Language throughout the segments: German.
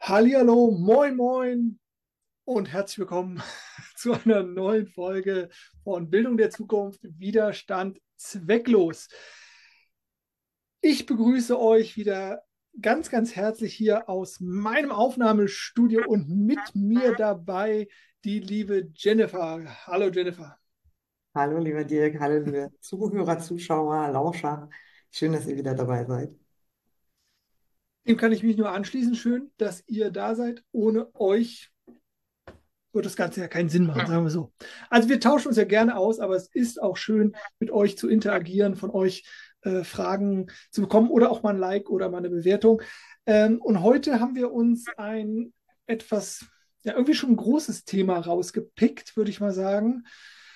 Hallihallo, moin moin und herzlich willkommen zu einer neuen Folge von Bildung der Zukunft, Widerstand zwecklos. Ich begrüße euch wieder ganz herzlich hier aus meinem Aufnahmestudio und mit mir dabei die liebe Jennifer. Hallo Jennifer. Hallo, lieber Dirk, hallo, liebe Zuhörer, Zuschauer, Lauscher. Schön, dass ihr wieder dabei seid. Dem kann ich mich nur anschließen. Schön, dass ihr da seid. Ohne euch wird das Ganze ja keinen Sinn machen, sagen wir so. Also wir tauschen uns ja gerne aus, aber es ist auch schön, mit euch zu interagieren, von euch Fragen zu bekommen oder auch mal ein Like oder mal eine Bewertung. Und heute haben wir uns ein etwas, ja, irgendwie schon ein großes Thema rausgepickt, würde ich mal sagen.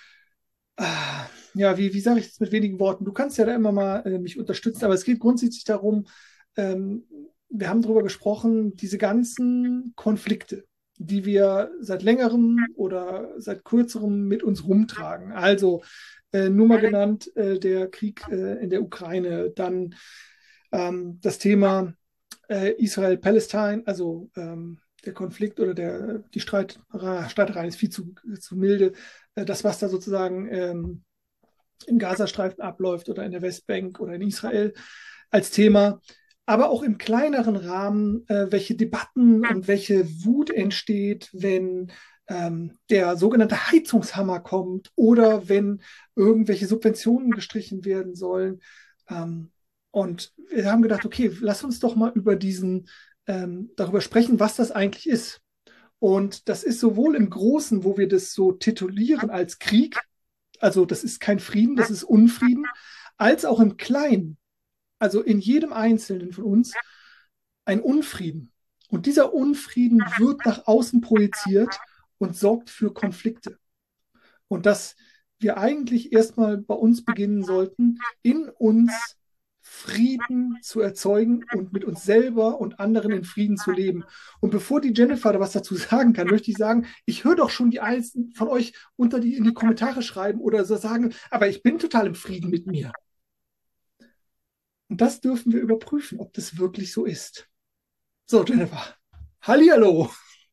Ja, wie sage ich das mit wenigen Worten? Du kannst ja da immer mal mich unterstützen, aber es geht grundsätzlich darum, ähm, wir haben darüber gesprochen, diese ganzen Konflikte, die wir seit längerem oder seit kürzerem mit uns rumtragen. Also nur mal genannt, der Krieg in der Ukraine, dann das Thema Israel-Palästina, also der Konflikt oder die Streiterei ist viel zu milde. Das, was da sozusagen im Gazastreifen abläuft oder in der Westbank oder in Israel als Thema, aber auch im kleineren Rahmen, welche Debatten und welche Wut entsteht, wenn der sogenannte Heizungshammer kommt oder wenn irgendwelche Subventionen gestrichen werden sollen. Ähm, und wir haben gedacht, okay, lass uns doch mal darüber sprechen, was das eigentlich ist. Und das ist sowohl im Großen, wo wir das so titulieren als Krieg, also das ist kein Frieden, das ist Unfrieden, als auch im Kleinen, also in jedem Einzelnen von uns, ein Unfrieden. Und dieser Unfrieden wird nach außen projiziert und sorgt für Konflikte. Und dass wir eigentlich erstmal bei uns beginnen sollten, in uns Frieden zu erzeugen und mit uns selber und anderen in Frieden zu leben. Und bevor die Jennifer da was dazu sagen kann, möchte ich sagen, ich höre doch schon die einzelnen von euch in die Kommentare schreiben oder so sagen, aber ich bin total im Frieden mit mir. Und das dürfen wir überprüfen, ob das wirklich so ist. So, Jennifer. Hallihallo.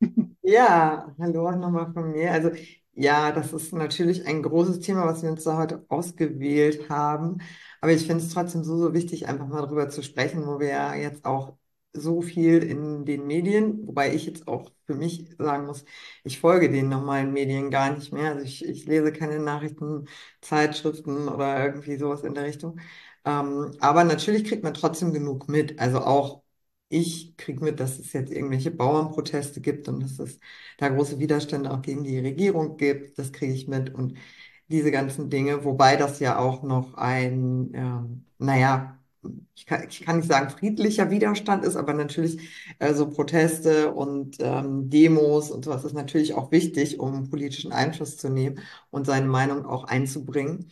Ja, hallo auch nochmal von mir. Also ja, das ist natürlich ein großes Thema, was wir uns da heute ausgewählt haben. Aber ich finde es trotzdem so wichtig, einfach mal darüber zu sprechen, wo wir ja jetzt auch so viel in den Medien, wobei ich jetzt auch für mich sagen muss, ich folge den normalen Medien gar nicht mehr. Also ich lese keine Nachrichten, Zeitschriften oder irgendwie sowas in der Richtung. Aber natürlich kriegt man trotzdem genug mit. Also auch ich kriege mit, dass es jetzt irgendwelche Bauernproteste gibt und dass es da große Widerstände auch gegen die Regierung gibt. Das kriege ich mit und diese ganzen Dinge, wobei das ja auch noch ein, naja, ich kann nicht sagen friedlicher Widerstand ist, aber natürlich so Proteste und Demos und sowas ist natürlich auch wichtig, um politischen Einfluss zu nehmen und seine Meinung auch einzubringen.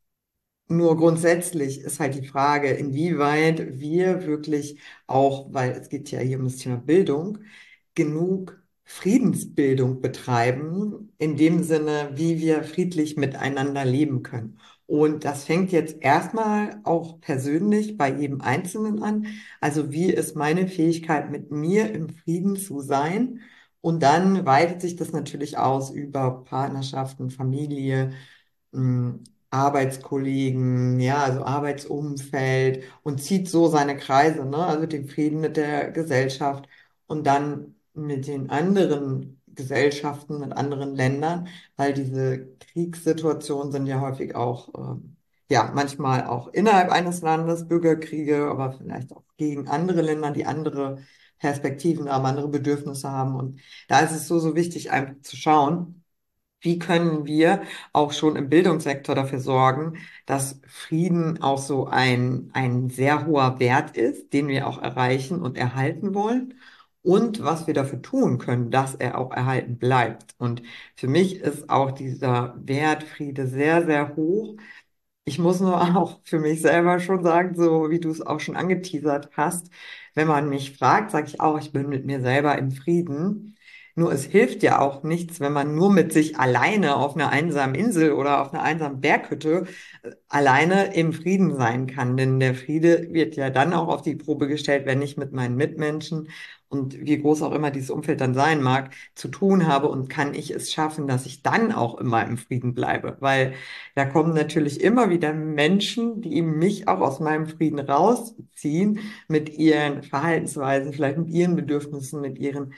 Nur grundsätzlich ist halt die Frage, inwieweit wir wirklich auch, weil es geht ja hier um das Thema Bildung, genug Friedensbildung betreiben, in dem Sinne, wie wir friedlich miteinander leben können. Und das fängt jetzt erstmal auch persönlich bei jedem Einzelnen an. Also wie ist meine Fähigkeit, mit mir im Frieden zu sein? Und dann weitet sich das natürlich aus über Partnerschaften, Familie, mh, Arbeitskollegen, ja, also Arbeitsumfeld und zieht so seine Kreise, ne? Also den Frieden mit der Gesellschaft und dann mit den anderen Gesellschaften, mit anderen Ländern, weil diese Kriegssituationen sind ja häufig auch, ja, manchmal auch innerhalb eines Landes Bürgerkriege, aber vielleicht auch gegen andere Länder, die andere Perspektiven haben, andere Bedürfnisse haben. Und da ist es so wichtig, einfach zu schauen, wie können wir auch schon im Bildungssektor dafür sorgen, dass Frieden auch so ein sehr hoher Wert ist, den wir auch erreichen und erhalten wollen und was wir dafür tun können, dass er auch erhalten bleibt. Und für mich ist auch dieser Wert Friede sehr hoch. Ich muss nur auch für mich selber schon sagen, so wie du es auch schon angeteasert hast, wenn man mich fragt, sage ich auch, ich bin mit mir selber im Frieden. Nur es hilft ja auch nichts, wenn man nur mit sich alleine auf einer einsamen Insel oder auf einer einsamen Berghütte alleine im Frieden sein kann. Denn der Friede wird ja dann auch auf die Probe gestellt, wenn ich mit meinen Mitmenschen und wie groß auch immer dieses Umfeld dann sein mag, zu tun habe und kann ich es schaffen, dass ich dann auch immer im Frieden bleibe, weil da kommen natürlich immer wieder Menschen, die mich auch aus meinem Frieden rausziehen mit ihren Verhaltensweisen, vielleicht mit ihren Bedürfnissen, mit ihren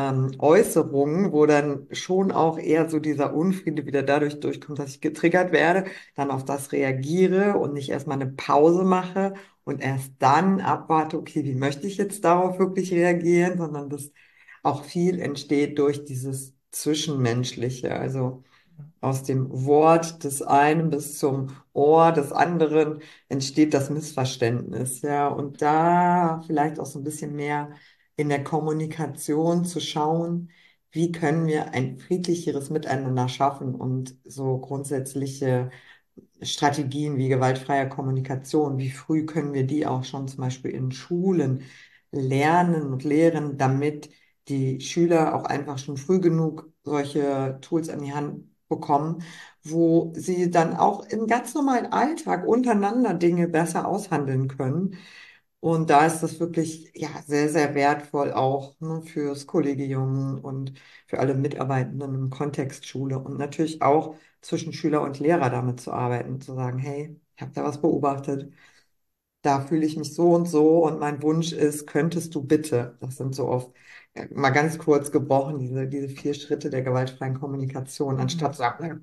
Äußerungen, wo dann schon auch eher so dieser Unfriede wieder dadurch durchkommt, dass ich getriggert werde, dann auf das reagiere und nicht erstmal eine Pause mache und erst dann abwarte, okay, wie möchte ich jetzt darauf wirklich reagieren, sondern dass auch viel entsteht durch dieses Zwischenmenschliche, also aus dem Wort des einen bis zum Ohr des anderen entsteht das Missverständnis, ja, und da vielleicht auch so ein bisschen mehr in der Kommunikation zu schauen, wie können wir ein friedlicheres Miteinander schaffen und so grundsätzliche Strategien wie gewaltfreie Kommunikation, wie früh können wir die auch schon zum Beispiel in Schulen lernen und lehren, damit die Schüler auch einfach schon früh genug solche Tools an die Hand bekommen, wo sie dann auch im ganz normalen Alltag untereinander Dinge besser aushandeln können. Und da ist das wirklich ja sehr, sehr wertvoll auch ne, fürs Kollegium und für alle Mitarbeitenden im Kontext Schule und natürlich auch zwischen Schüler und Lehrer damit zu arbeiten, zu sagen, hey, ich habe da was beobachtet, da fühle ich mich so und so und mein Wunsch ist, könntest du bitte, das sind so oft mal ganz kurz gebrochen, diese 4 Schritte der gewaltfreien Kommunikation, anstatt Mhm. zu sagen,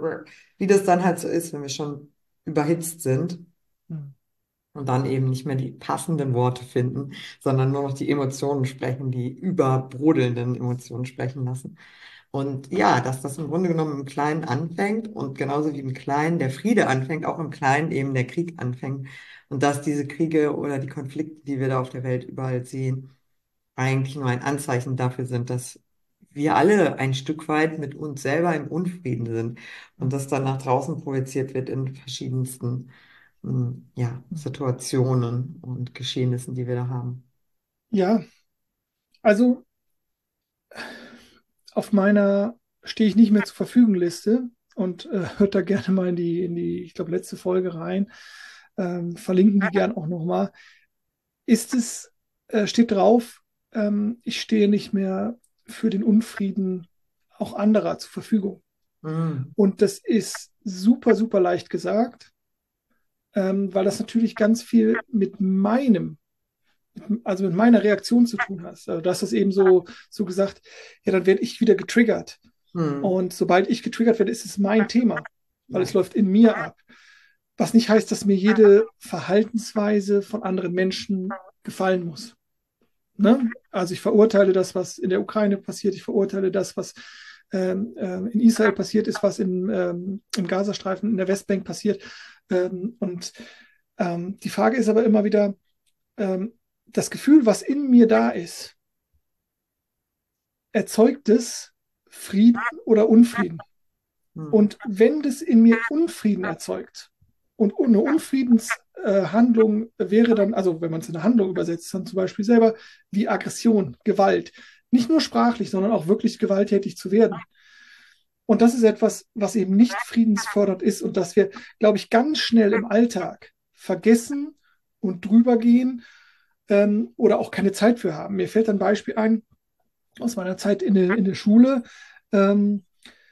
wie das dann halt so ist, wenn wir schon überhitzt sind Mhm. und dann eben nicht mehr die passenden Worte finden, sondern nur noch die Emotionen sprechen, die überbrodelnden Emotionen sprechen lassen. Und ja, dass das im Grunde genommen im Kleinen anfängt und genauso wie im Kleinen der Friede anfängt, auch im Kleinen eben der Krieg anfängt. Und dass diese Kriege oder die Konflikte, die wir da auf der Welt überall sehen, eigentlich nur ein Anzeichen dafür sind, dass wir alle ein Stück weit mit uns selber im Unfrieden sind und das dann nach draußen projiziert wird in verschiedensten, ja, Mhm. Situationen und Geschehnissen, die wir da haben. Ja, also auf meiner stehe ich nicht mehr zur Verfügung Liste und hört da gerne mal in die, ich glaube, letzte Folge rein. Verlinken die gern auch nochmal. Steht drauf, ich stehe nicht mehr für den Unfrieden auch anderer zur Verfügung. Mm, Und das ist super, super leicht gesagt, weil das natürlich ganz viel also mit meiner Reaktion zu tun hat. Also du hast das eben so gesagt, ja, dann werde ich wieder getriggert. mm, Und sobald ich getriggert werde, ist es mein Thema, weil ja, es läuft in mir ab. Was nicht heißt, dass mir jede Verhaltensweise von anderen Menschen gefallen muss. Ne? Also ich verurteile das, was in der Ukraine passiert. Ich verurteile das, was in Israel passiert ist, was im Gazastreifen, in der Westbank passiert. Und die Frage ist aber immer wieder, das Gefühl, was in mir da ist, erzeugt es Frieden oder Unfrieden? mm, Und wenn das in mir Unfrieden erzeugt und eine Unfriedenshandlung wäre dann, also wenn man es in eine Handlung übersetzt, dann zum Beispiel selber wie Aggression, Gewalt, nicht nur sprachlich, sondern auch wirklich gewalttätig zu werden. Und das ist etwas, was eben nicht friedensfördernd ist und das wir, glaube ich, ganz schnell im Alltag vergessen und drüber gehen oder auch keine Zeit für haben. Mir fällt ein Beispiel ein aus meiner Zeit in der Schule. Ähm,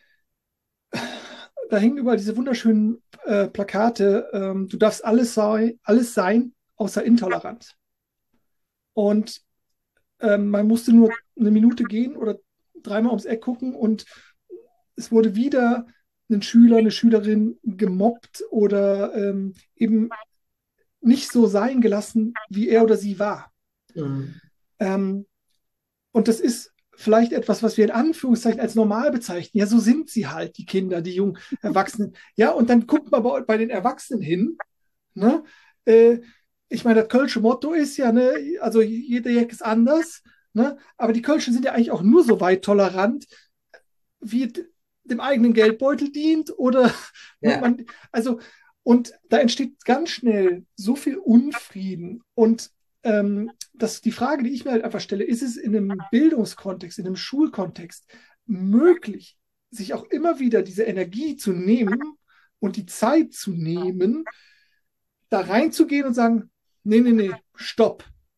Da hingen überall diese wunderschönen Plakate, du darfst alles sein, außer intolerant. Und man musste nur eine Minute gehen oder dreimal ums Eck gucken und es wurde wieder ein Schüler, eine Schülerin gemobbt oder eben nicht so sein gelassen, wie er oder sie war. mm, Ähm, und das ist vielleicht etwas, was wir in Anführungszeichen als normal bezeichnen. Ja, so sind sie halt, die Kinder, die jungen Erwachsenen. Ja, und dann guckt man bei den Erwachsenen hin. Ne? Äh, Ich meine, das Kölsche Motto ist ja, ne, also jeder Jack ist anders. Ne? Aber die Kölschen sind ja eigentlich auch nur so weit tolerant, wie dem eigenen Geldbeutel dient oder ne, ja. also und da entsteht ganz schnell so viel Unfrieden und das ist die Frage, die ich mir halt einfach stelle, ist es in einem Bildungskontext, in einem Schulkontext möglich, sich auch immer wieder diese Energie zu nehmen und die Zeit zu nehmen, da reinzugehen und sagen, nee, nee, nee, stopp.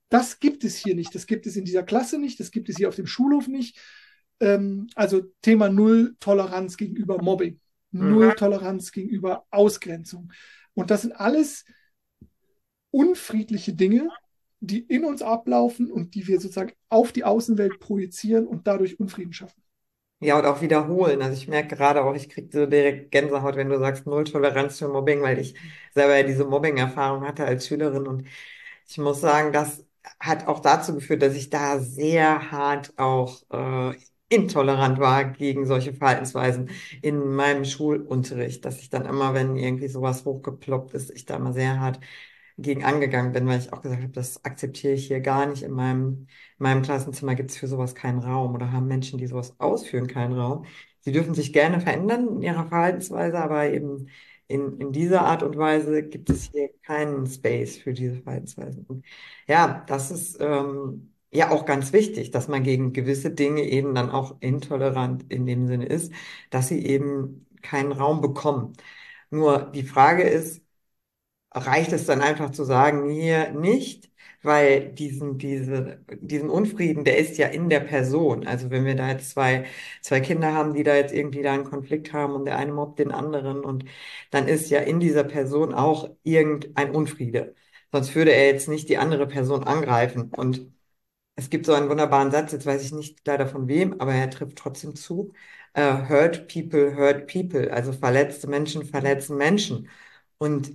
Das gibt es hier nicht. Das gibt es in dieser Klasse nicht. Das gibt es hier auf dem Schulhof nicht. Also Thema Null Toleranz gegenüber Mobbing, Null Mhm. Toleranz gegenüber Ausgrenzung. Und das sind alles unfriedliche Dinge, die in uns ablaufen und die wir sozusagen auf die Außenwelt projizieren und dadurch Unfrieden schaffen. Ja, und auch wiederholen. Also ich merke gerade auch, ich kriege so direkt Gänsehaut, wenn du sagst Null Toleranz für Mobbing, weil ich selber ja diese Mobbing-Erfahrung hatte als Schülerin. Und ich muss sagen, das hat auch dazu geführt, dass ich da sehr hart auch intolerant war gegen solche Verhaltensweisen in meinem Schulunterricht, dass ich dann immer, wenn irgendwie sowas hochgeploppt ist, ich da immer sehr hart gegen angegangen bin, weil ich auch gesagt habe, das akzeptiere ich hier gar nicht. In meinem Klassenzimmer gibt es für sowas keinen Raum oder haben Menschen, die sowas ausführen, keinen Raum. Sie dürfen sich gerne verändern in ihrer Verhaltensweise, aber eben in dieser Art und Weise gibt es hier keinen Space für diese Verhaltensweisen. Und ja, das ist ja auch ganz wichtig, dass man gegen gewisse Dinge eben dann auch intolerant in dem Sinne ist, dass sie eben keinen Raum bekommen. Nur die Frage ist, reicht es dann einfach zu sagen, hier nicht, weil diesen Unfrieden, der ist ja in der Person. Also wenn wir da jetzt zwei Kinder haben, die da jetzt irgendwie da einen Konflikt haben und der eine mobbt den anderen und dann ist ja in dieser Person auch irgendein Unfriede. Sonst würde er jetzt nicht die andere Person angreifen. Und es gibt so einen wunderbaren Satz, jetzt weiß ich nicht leider von wem, aber er trifft trotzdem zu. Hurt people. Also verletzte Menschen verletzen Menschen. Und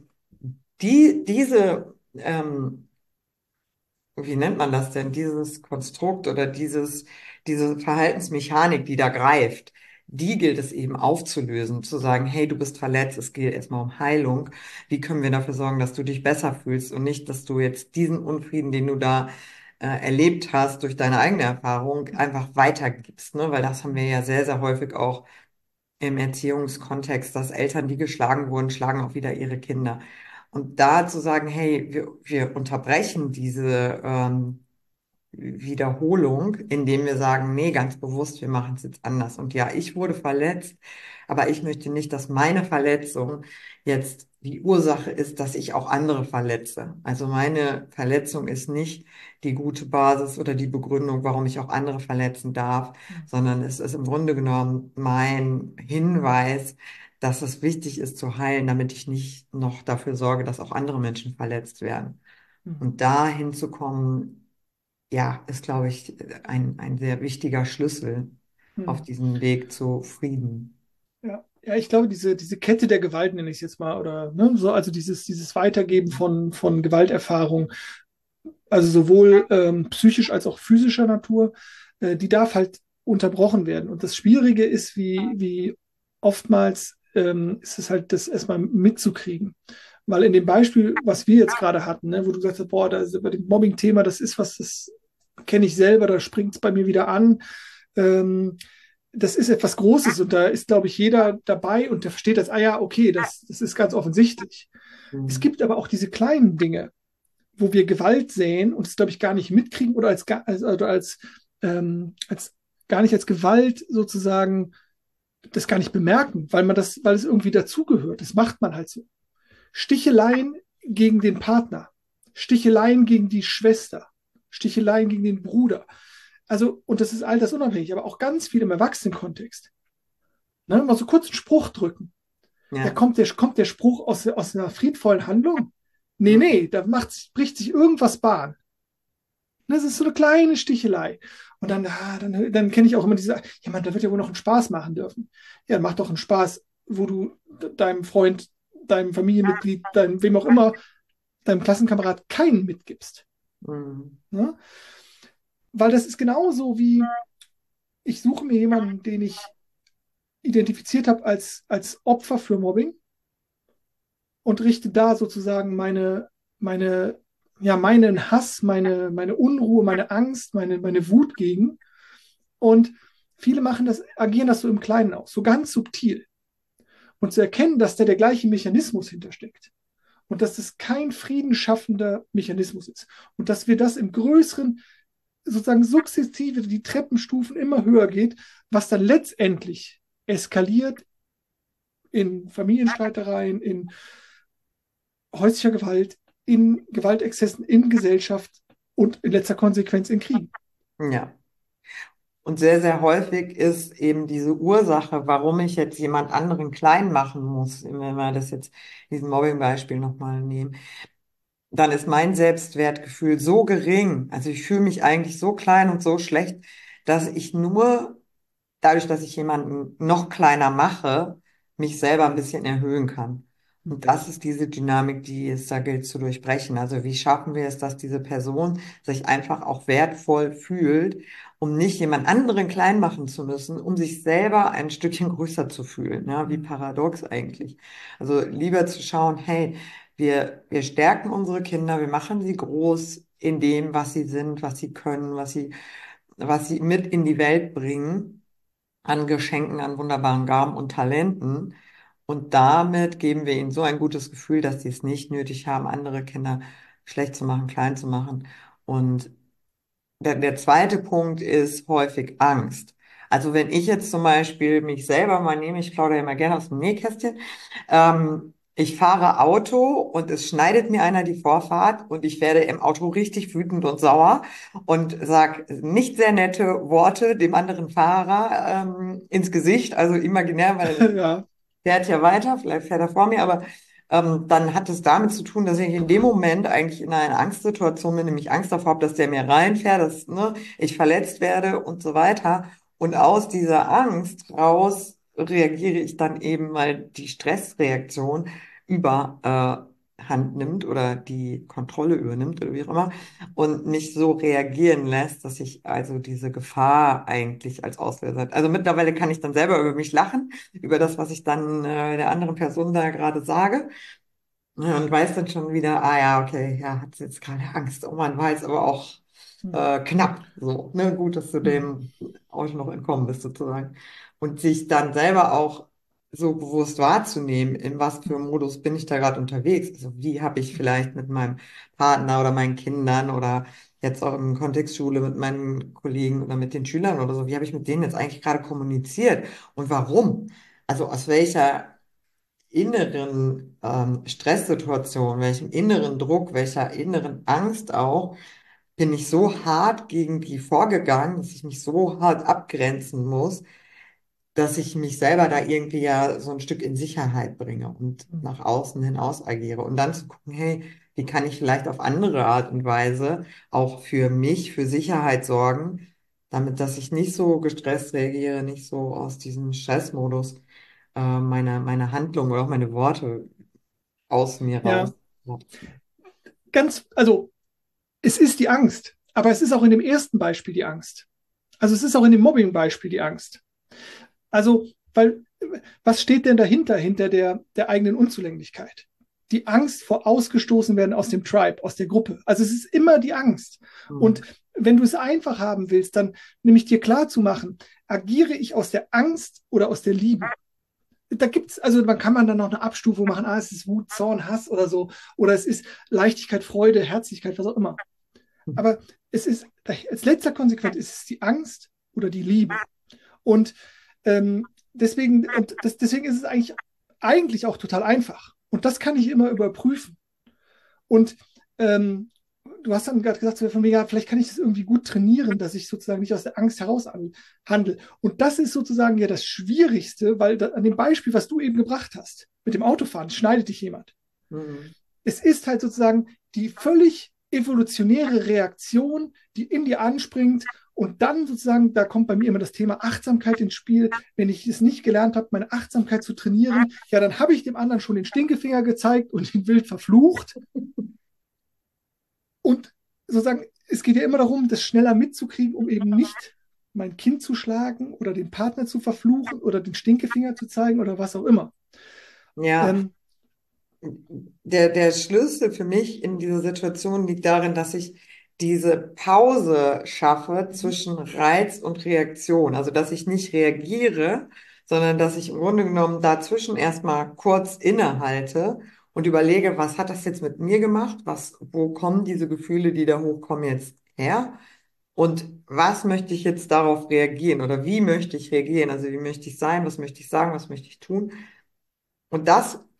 wie nennt man das denn? Dieses Konstrukt oder diese Verhaltensmechanik, die da greift, die gilt es eben aufzulösen, zu sagen, hey, du bist verletzt, es geht erstmal um Heilung. Wie können wir dafür sorgen, dass du dich besser fühlst und nicht, dass du jetzt diesen Unfrieden, den du da erlebt hast durch deine eigene Erfahrung, einfach weitergibst, ne? Weil das haben wir ja sehr, sehr häufig auch im Erziehungskontext, dass Eltern, die geschlagen wurden, schlagen auch wieder ihre Kinder. Und da zu sagen, hey, wir unterbrechen diese Wiederholung, indem wir sagen, nee, ganz bewusst, wir machen es jetzt anders. Und ja, ich wurde verletzt, aber ich möchte nicht, dass meine Verletzung jetzt die Ursache ist, dass ich auch andere verletze. Also meine Verletzung ist nicht die gute Basis oder die Begründung, warum ich auch andere verletzen darf, sondern es ist im Grunde genommen mein Hinweis, dass es wichtig ist zu heilen, damit ich nicht noch dafür sorge, dass auch andere Menschen verletzt werden. Mhm. Und da hinzukommen, ja, ist, glaube ich, ein sehr wichtiger Schlüssel auf Mhm. diesem Weg zu Frieden. Ja. Ja, ich glaube, diese Kette der Gewalt nenne ich es jetzt mal, oder ne, so, also dieses Weitergeben von Gewalterfahrung, also sowohl psychisch als auch physischer Natur, die darf halt unterbrochen werden. Und das Schwierige ist, wie oftmals ist es halt, das erstmal mitzukriegen. Weil in dem Beispiel, was wir jetzt gerade hatten, ne, wo du gesagt hast, boah, da ist bei dem Mobbing-Thema, das ist was, das kenne ich selber, da springt es bei mir wieder an. Das ist etwas Großes und da ist, glaube ich, jeder dabei und der versteht das, ah ja, okay, das ist ganz offensichtlich. Es Mhm. gibt aber auch diese kleinen Dinge, wo wir Gewalt sehen und es, glaube ich, gar nicht mitkriegen oder als gar nicht als Gewalt sozusagen das gar nicht bemerken, weil es irgendwie dazugehört. Das macht man halt so. Sticheleien gegen den Partner, Sticheleien gegen die Schwester, Sticheleien gegen den Bruder. Also, und das ist altersunabhängig, aber auch ganz viel im Erwachsenenkontext. Ne? Mal so kurz einen Spruch drücken. Ja, Ja. kommt der Spruch aus einer friedvollen Handlung? Nee, Mhm. nee, bricht sich irgendwas Bahn. Das ist so eine kleine Stichelei. Und dann kenne ich auch immer diese, ja, man, da wird ja wohl noch einen Spaß machen dürfen. Ja, mach doch einen Spaß, wo du deinem Freund, deinem Familienmitglied, deinem, wem auch immer, deinem Klassenkamerad keinen mitgibst. Mhm. Ne? Weil das ist genauso wie, ich suche mir jemanden, den ich identifiziert habe als Opfer für Mobbing und richte da sozusagen meinen Hass, meine Unruhe, meine Angst, meine Wut gegen. Und viele agieren das so im Kleinen aus, so ganz subtil. Und zu erkennen, dass da der gleiche Mechanismus hintersteckt. Und dass es kein friedenschaffender Mechanismus ist. Und dass wir das im Größeren sozusagen sukzessive die Treppenstufen immer höher geht, was dann letztendlich eskaliert in Familienstreitereien, in häuslicher Gewalt, in Gewaltexzessen in Gesellschaft. und in letzter Konsequenz in Kriegen. Ja. Und sehr, sehr häufig ist eben diese Ursache, warum ich jetzt jemand anderen klein machen muss, wenn wir das jetzt, diesen Mobbing-Beispiel nochmal nehmen, dann ist mein Selbstwertgefühl so gering, also ich fühle mich eigentlich so klein und so schlecht, dass ich nur dadurch, dass ich jemanden noch kleiner mache, mich selber ein bisschen erhöhen kann. Und das ist diese Dynamik, die es da gilt zu durchbrechen. Also wie schaffen wir es, dass diese Person sich einfach auch wertvoll fühlt, um nicht jemand anderen klein machen zu müssen, um sich selber ein Stückchen größer zu fühlen. Ja, wie paradox eigentlich. Also lieber zu schauen, hey, wir stärken unsere Kinder, wir machen sie groß in dem, was sie sind, was sie können, was sie mit in die Welt bringen an Geschenken, an wunderbaren Gaben und Talenten. Und damit geben wir ihnen so ein gutes Gefühl, dass sie es nicht nötig haben, andere Kinder schlecht zu machen, klein zu machen. Und der zweite Punkt ist häufig Angst. Also wenn ich jetzt zum Beispiel mich selber mal nehme, ich plaudere immer gerne aus dem Nähkästchen, ich fahre Auto und es schneidet mir einer die Vorfahrt und ich werde im Auto richtig wütend und sauer und sage nicht sehr nette Worte dem anderen Fahrer ins Gesicht, also imaginär, weil Ja. fährt ja weiter, vielleicht fährt er vor mir, aber dann hat es damit zu tun, dass ich in dem Moment eigentlich in einer Angstsituation bin, nämlich Angst davor habe, dass der mir reinfährt, dass ich verletzt werde und so weiter. Und aus dieser Angst raus reagiere ich dann eben, weil die Stressreaktion überhand nimmt oder die Kontrolle übernimmt oder wie auch immer und mich so reagieren lässt, dass ich also diese Gefahr eigentlich als Auslöser hat. Also mittlerweile kann ich dann selber über mich lachen, über das, was ich dann der anderen Person da gerade sage. Ja, und weiß dann schon wieder, ah ja, okay, ja, hat sie jetzt gerade Angst. Oh man weiß aber auch knapp so. Ne? Gut, dass du dem auch noch entkommen bist sozusagen. Und sich dann selber auch so bewusst wahrzunehmen, in was für einem Modus bin ich da gerade unterwegs. Also wie habe ich vielleicht mit meinem Partner oder meinen Kindern oder jetzt auch im Kontext Schule mit meinen Kollegen oder mit den Schülern oder so, wie habe ich mit denen jetzt eigentlich gerade kommuniziert und warum? Also aus welcher inneren Stresssituation, welchem inneren Druck, welcher inneren Angst auch, bin ich so hart gegen die vorgegangen, dass ich mich so hart abgrenzen muss, dass ich mich selber da irgendwie ja so ein Stück in Sicherheit bringe und nach außen hinaus agiere. Und dann zu gucken, hey, wie kann ich vielleicht auf andere Art und Weise auch für mich, für Sicherheit sorgen, damit, dass ich nicht so gestresst reagiere, nicht so aus diesem Stressmodus meine Handlungen oder auch meine Worte aus mir raus. Ja, also es ist die Angst, aber es ist auch in dem ersten Beispiel die Angst. Also es ist auch in dem Mobbing-Beispiel die Angst. Also, weil, was steht denn dahinter, hinter der eigenen Unzulänglichkeit? Die Angst vor ausgestoßen werden aus dem Tribe, aus der Gruppe. Also es ist immer die Angst. Und Hm. wenn du es einfach haben willst, dann nämlich dir klar zu machen, agiere ich aus der Angst oder aus der Liebe? Da gibt's, also man kann dann noch eine Abstufung machen, es ist Wut, Zorn, Hass oder so, oder es ist Leichtigkeit, Freude, Herzlichkeit, was auch immer. Aber es ist, als letzter Konsequenz ist es die Angst oder die Liebe. Und deswegen ist es eigentlich auch total einfach. Und das kann ich immer überprüfen. Und ähm, du hast dann gerade gesagt, so von mir, ja, vielleicht kann ich das irgendwie gut trainieren, dass ich sozusagen nicht aus der Angst heraus handle. Und das ist sozusagen ja das Schwierigste, weil an dem Beispiel, was du eben gebracht hast, mit dem Autofahren, schneidet dich jemand. Hm. Es ist halt sozusagen die völlig evolutionäre Reaktion, die in dir anspringt. Und dann sozusagen, da kommt bei mir immer das Thema Achtsamkeit ins Spiel. Wenn ich es nicht gelernt habe, meine Achtsamkeit zu trainieren, ja, dann habe ich dem anderen schon den Stinkefinger gezeigt und ihn wild verflucht. Und sozusagen, es geht ja immer darum, das schneller mitzukriegen, um eben nicht mein Kind zu schlagen oder den Partner zu verfluchen oder den Stinkefinger zu zeigen oder was auch immer. Ja, Ähm, der Schlüssel für mich in dieser Situation liegt darin, dass ich diese Pause schaffe zwischen Reiz und Reaktion. Also, dass ich nicht reagiere, sondern dass ich im Grunde genommen dazwischen erstmal kurz innehalte und überlege, was hat das jetzt mit mir gemacht? Wo kommen diese Gefühle, die da hochkommen, jetzt her? Und was möchte ich jetzt darauf reagieren oder wie möchte ich reagieren? Also, wie möchte ich sein? Was möchte ich sagen? Was möchte ich tun? Und das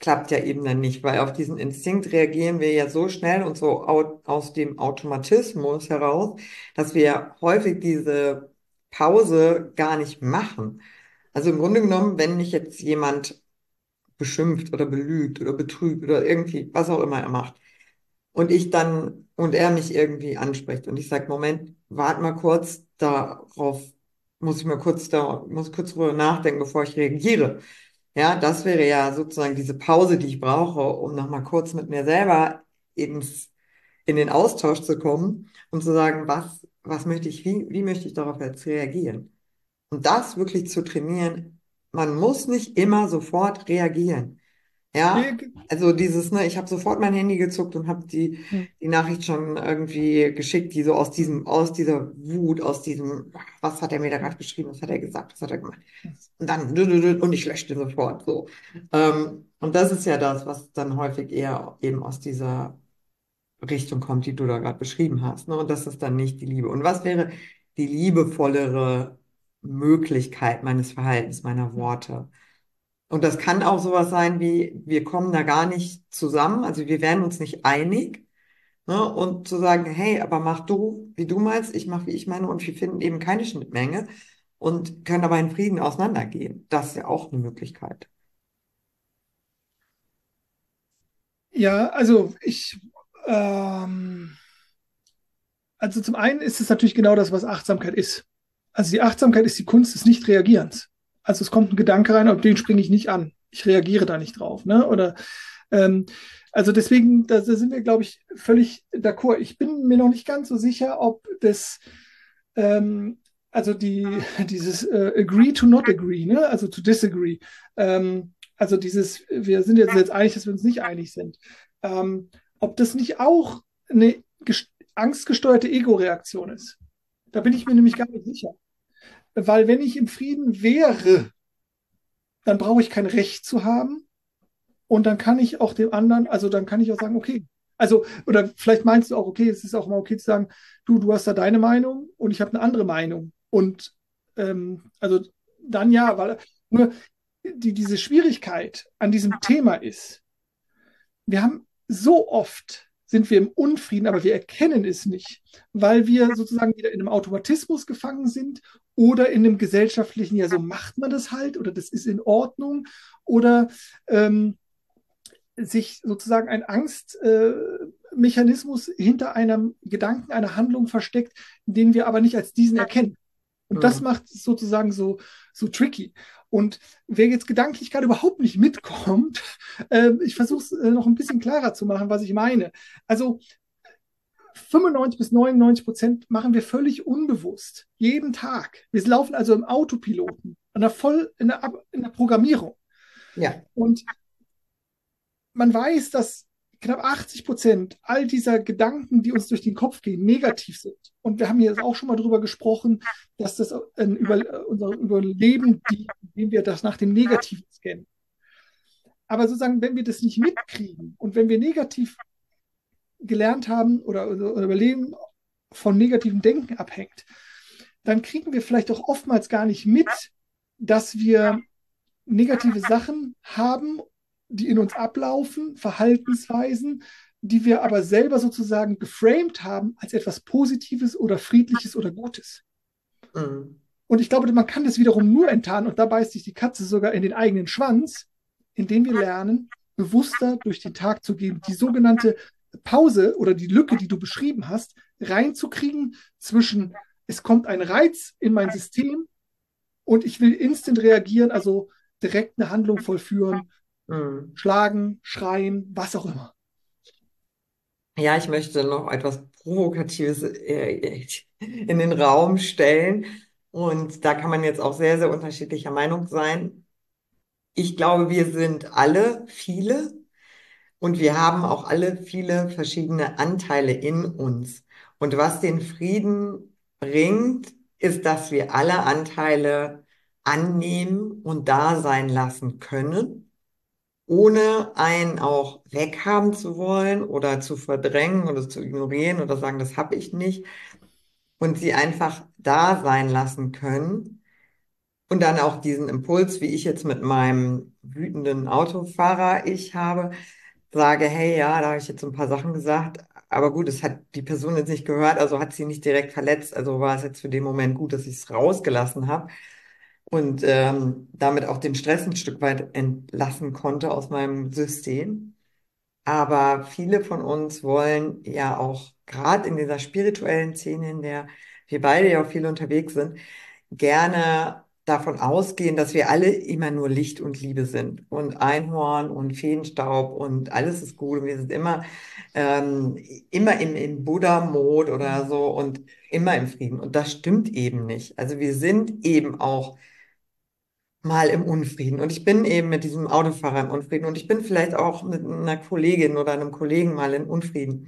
klappt ja eben dann nicht, weil auf diesen Instinkt reagieren wir ja so schnell und so aus dem Automatismus heraus, dass wir häufig diese Pause gar nicht machen. Also im Grunde genommen, wenn mich jetzt jemand beschimpft oder belügt oder betrügt oder irgendwie, was auch immer er macht, und er mich irgendwie anspricht und ich sage, Moment, warte mal kurz, darauf muss ich kurz drüber nachdenken, bevor ich reagiere. Ja, das wäre ja sozusagen diese Pause, die ich brauche, um nochmal kurz mit mir selber in den Austausch zu kommen und zu sagen, was möchte ich, wie möchte ich darauf jetzt reagieren? Und das wirklich zu trainieren, man muss nicht immer sofort reagieren. Ja, Nee, also dieses, ne, ich habe sofort mein Handy gezuckt und habe hm. die Nachricht schon irgendwie geschickt, die so aus dieser Wut, aus diesem, was hat er mir da gerade geschrieben, was hat er gesagt, was hat er gemacht? Und dann, und ich lösche den sofort, so. Und das ist ja das, was dann häufig eher eben aus dieser Richtung kommt, die du da gerade beschrieben hast, ne? Und das ist dann nicht die Liebe. Und was wäre die liebevollere Möglichkeit meines Verhaltens, meiner Worte? Und das kann auch sowas sein wie, wir kommen da gar nicht zusammen, also wir werden uns nicht einig, ne? Und zu sagen, hey, aber mach du, wie du meinst, ich mach, wie ich meine, und wir finden eben keine Schnittmenge und können aber in Frieden auseinandergehen. Das ist ja auch eine Möglichkeit. Ja, ähm, also zum einen ist es natürlich genau das, was Achtsamkeit ist. Also die Achtsamkeit ist die Kunst des Nichtreagierens. Also es kommt ein Gedanke rein, auf den springe ich nicht an. Ich reagiere da nicht drauf, ne? Oder ähm, also deswegen, da sind wir, glaube ich, völlig d'accord. Ich bin mir noch nicht ganz so sicher, ob das also dieses agree to not agree, ne? Also to disagree. Also dieses, wir sind jetzt einig, dass wir uns nicht einig sind. Ob das nicht auch eine angstgesteuerte Ego-Reaktion ist. Da bin ich mir nämlich gar nicht sicher. Weil wenn ich im Frieden wäre, dann brauche ich kein Recht zu haben und dann kann ich auch dem anderen, also dann kann ich auch sagen, okay, also, oder vielleicht meinst du auch, okay, es ist auch mal okay zu sagen, du hast da deine Meinung und ich habe eine andere Meinung. Und also dann ja, weil nur diese Schwierigkeit an diesem Thema ist, wir haben so oft sind wir im Unfrieden, aber wir erkennen es nicht, weil wir sozusagen wieder in einem Automatismus gefangen sind oder in einem gesellschaftlichen, ja, so macht man das halt oder das ist in Ordnung oder sich sozusagen ein Angstmechanismus hinter einem Gedanken, einer Handlung versteckt, den wir aber nicht als diesen erkennen. Und das Hm. macht es sozusagen so tricky. Und wer jetzt gedanklich gerade überhaupt nicht mitkommt, ich versuche es noch ein bisschen klarer zu machen, was ich meine. Also 95 bis 99% machen wir völlig unbewusst, jeden Tag. Wir laufen also im Autopiloten, in der Programmierung. Ja. Und man weiß, dass knapp 80% all dieser Gedanken, die uns durch den Kopf gehen, negativ sind. Und wir haben hier auch schon mal drüber gesprochen, dass das unser Überleben dient, indem wir das nach dem Negativen scannen. Aber sozusagen, wenn wir das nicht mitkriegen und wenn wir negativ gelernt haben oder Überleben von negativem Denken abhängt, dann kriegen wir vielleicht auch oftmals gar nicht mit, dass wir negative Sachen haben, die in uns ablaufen, Verhaltensweisen, die wir aber selber sozusagen geframed haben als etwas Positives oder Friedliches oder Gutes. Hm. Und ich glaube, man kann das wiederum nur enttarnen, und da beißt sich die Katze sogar in den eigenen Schwanz, indem wir lernen, bewusster durch den Tag zu gehen, die sogenannte Pause oder die Lücke, die du beschrieben hast, reinzukriegen zwischen, es kommt ein Reiz in mein System und ich will instant reagieren, also direkt eine Handlung vollführen, Hm. schlagen, schreien, was auch immer. Ja, ich möchte noch etwas Provokatives in den Raum stellen. Und da kann man jetzt auch sehr, sehr unterschiedlicher Meinung sein. Ich glaube, wir sind alle viele und wir haben auch alle viele verschiedene Anteile in uns. Und was den Frieden bringt, ist, dass wir alle Anteile annehmen und da sein lassen können, ohne einen auch weghaben zu wollen oder zu verdrängen oder zu ignorieren oder sagen, das habe ich nicht, und sie einfach da sein lassen können. Und dann auch diesen Impuls, wie ich jetzt mit meinem wütenden Autofahrer ich habe, sage, hey, ja, da habe ich jetzt so ein paar Sachen gesagt, aber gut, es hat die Person jetzt nicht gehört, also hat sie nicht direkt verletzt, also war es jetzt für den Moment gut, dass ich es rausgelassen habe und damit auch den Stress ein Stück weit entlassen konnte aus meinem System. Aber viele von uns wollen ja auch gerade in dieser spirituellen Szene, in der wir beide ja auch viel unterwegs sind, gerne davon ausgehen, dass wir alle immer nur Licht und Liebe sind und Einhorn und Feenstaub und alles ist gut und wir sind ähm, immer im Buddha-Mode oder so und immer im Frieden. Und das stimmt eben nicht. Also wir sind eben auch mal im Unfrieden und ich bin eben mit diesem Autofahrer im Unfrieden und ich bin vielleicht auch mit einer Kollegin oder einem Kollegen mal in Unfrieden.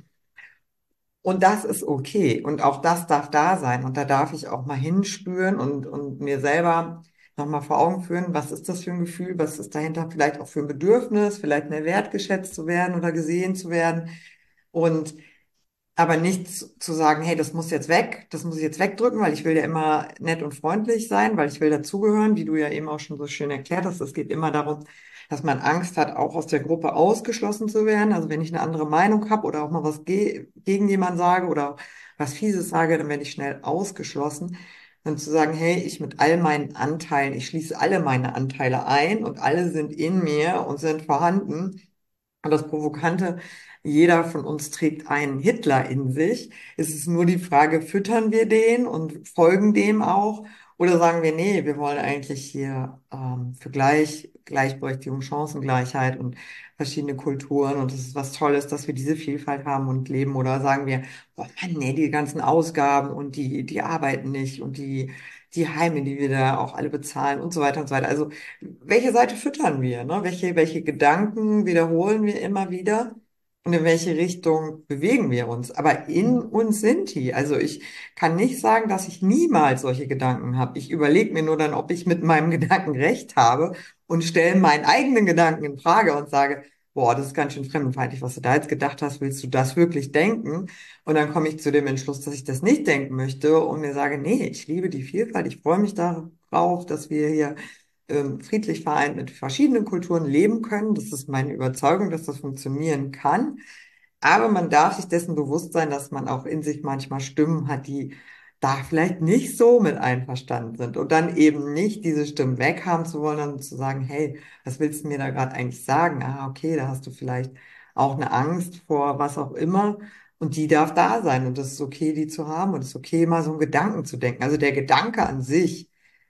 Und das ist okay. Und auch das darf da sein. Und da darf ich auch mal hinspüren und mir selber nochmal vor Augen führen, was ist das für ein Gefühl, was ist dahinter vielleicht auch für ein Bedürfnis, vielleicht mehr wertgeschätzt zu werden oder gesehen zu werden. Und aber nicht zu sagen, hey, das muss jetzt weg, das muss ich jetzt wegdrücken, weil ich will ja immer nett und freundlich sein, weil ich will dazugehören, wie du ja eben auch schon so schön erklärt hast. Es geht immer darum, dass man Angst hat, auch aus der Gruppe ausgeschlossen zu werden. Also wenn ich eine andere Meinung habe oder auch mal was ge gegen jemanden sage oder was Fieses sage, dann werde ich schnell ausgeschlossen. Und zu sagen, hey, ich mit all meinen Anteilen, ich schließe alle meine Anteile ein und alle sind in mir und sind vorhanden. Und das Provokante, jeder von uns trägt einen Hitler in sich. Es ist nur die Frage, füttern wir den und folgen dem auch? Oder sagen wir, nee, wir wollen eigentlich hier für Gleichberechtigung, Chancengleichheit und verschiedene Kulturen und es ist was Tolles, dass wir diese Vielfalt haben und leben. Oder sagen wir, boah Mann, nee, die ganzen Ausgaben und die arbeiten nicht und die Heime, die wir da auch alle bezahlen und so weiter und so weiter. Also welche Seite füttern wir, ne? Welche Gedanken wiederholen wir immer wieder und in welche Richtung bewegen wir uns? Aber in uns sind die. Also ich kann nicht sagen, dass ich niemals solche Gedanken habe. Ich überlege mir nur dann, ob ich mit meinem Gedanken recht habe und stelle meinen eigenen Gedanken in Frage und sage, boah, das ist ganz schön fremdenfeindlich, was du da jetzt gedacht hast. Willst du das wirklich denken? Und dann komme ich zu dem Entschluss, dass ich das nicht denken möchte und mir sage, nee, ich liebe die Vielfalt. Ich freue mich darauf, dass wir hier friedlich vereint mit verschiedenen Kulturen leben können. Das ist meine Überzeugung, dass das funktionieren kann. Aber man darf sich dessen bewusst sein, dass man auch in sich manchmal Stimmen hat, die da vielleicht nicht so mit einverstanden sind. Und dann eben nicht diese Stimmen weghaben zu wollen, sondern zu sagen, hey, was willst du mir da gerade eigentlich sagen? Ah, okay, da hast du vielleicht auch eine Angst vor was auch immer. Und die darf da sein. Und das ist okay, die zu haben. Und es ist okay, mal so einen Gedanken zu denken. Also der Gedanke an sich,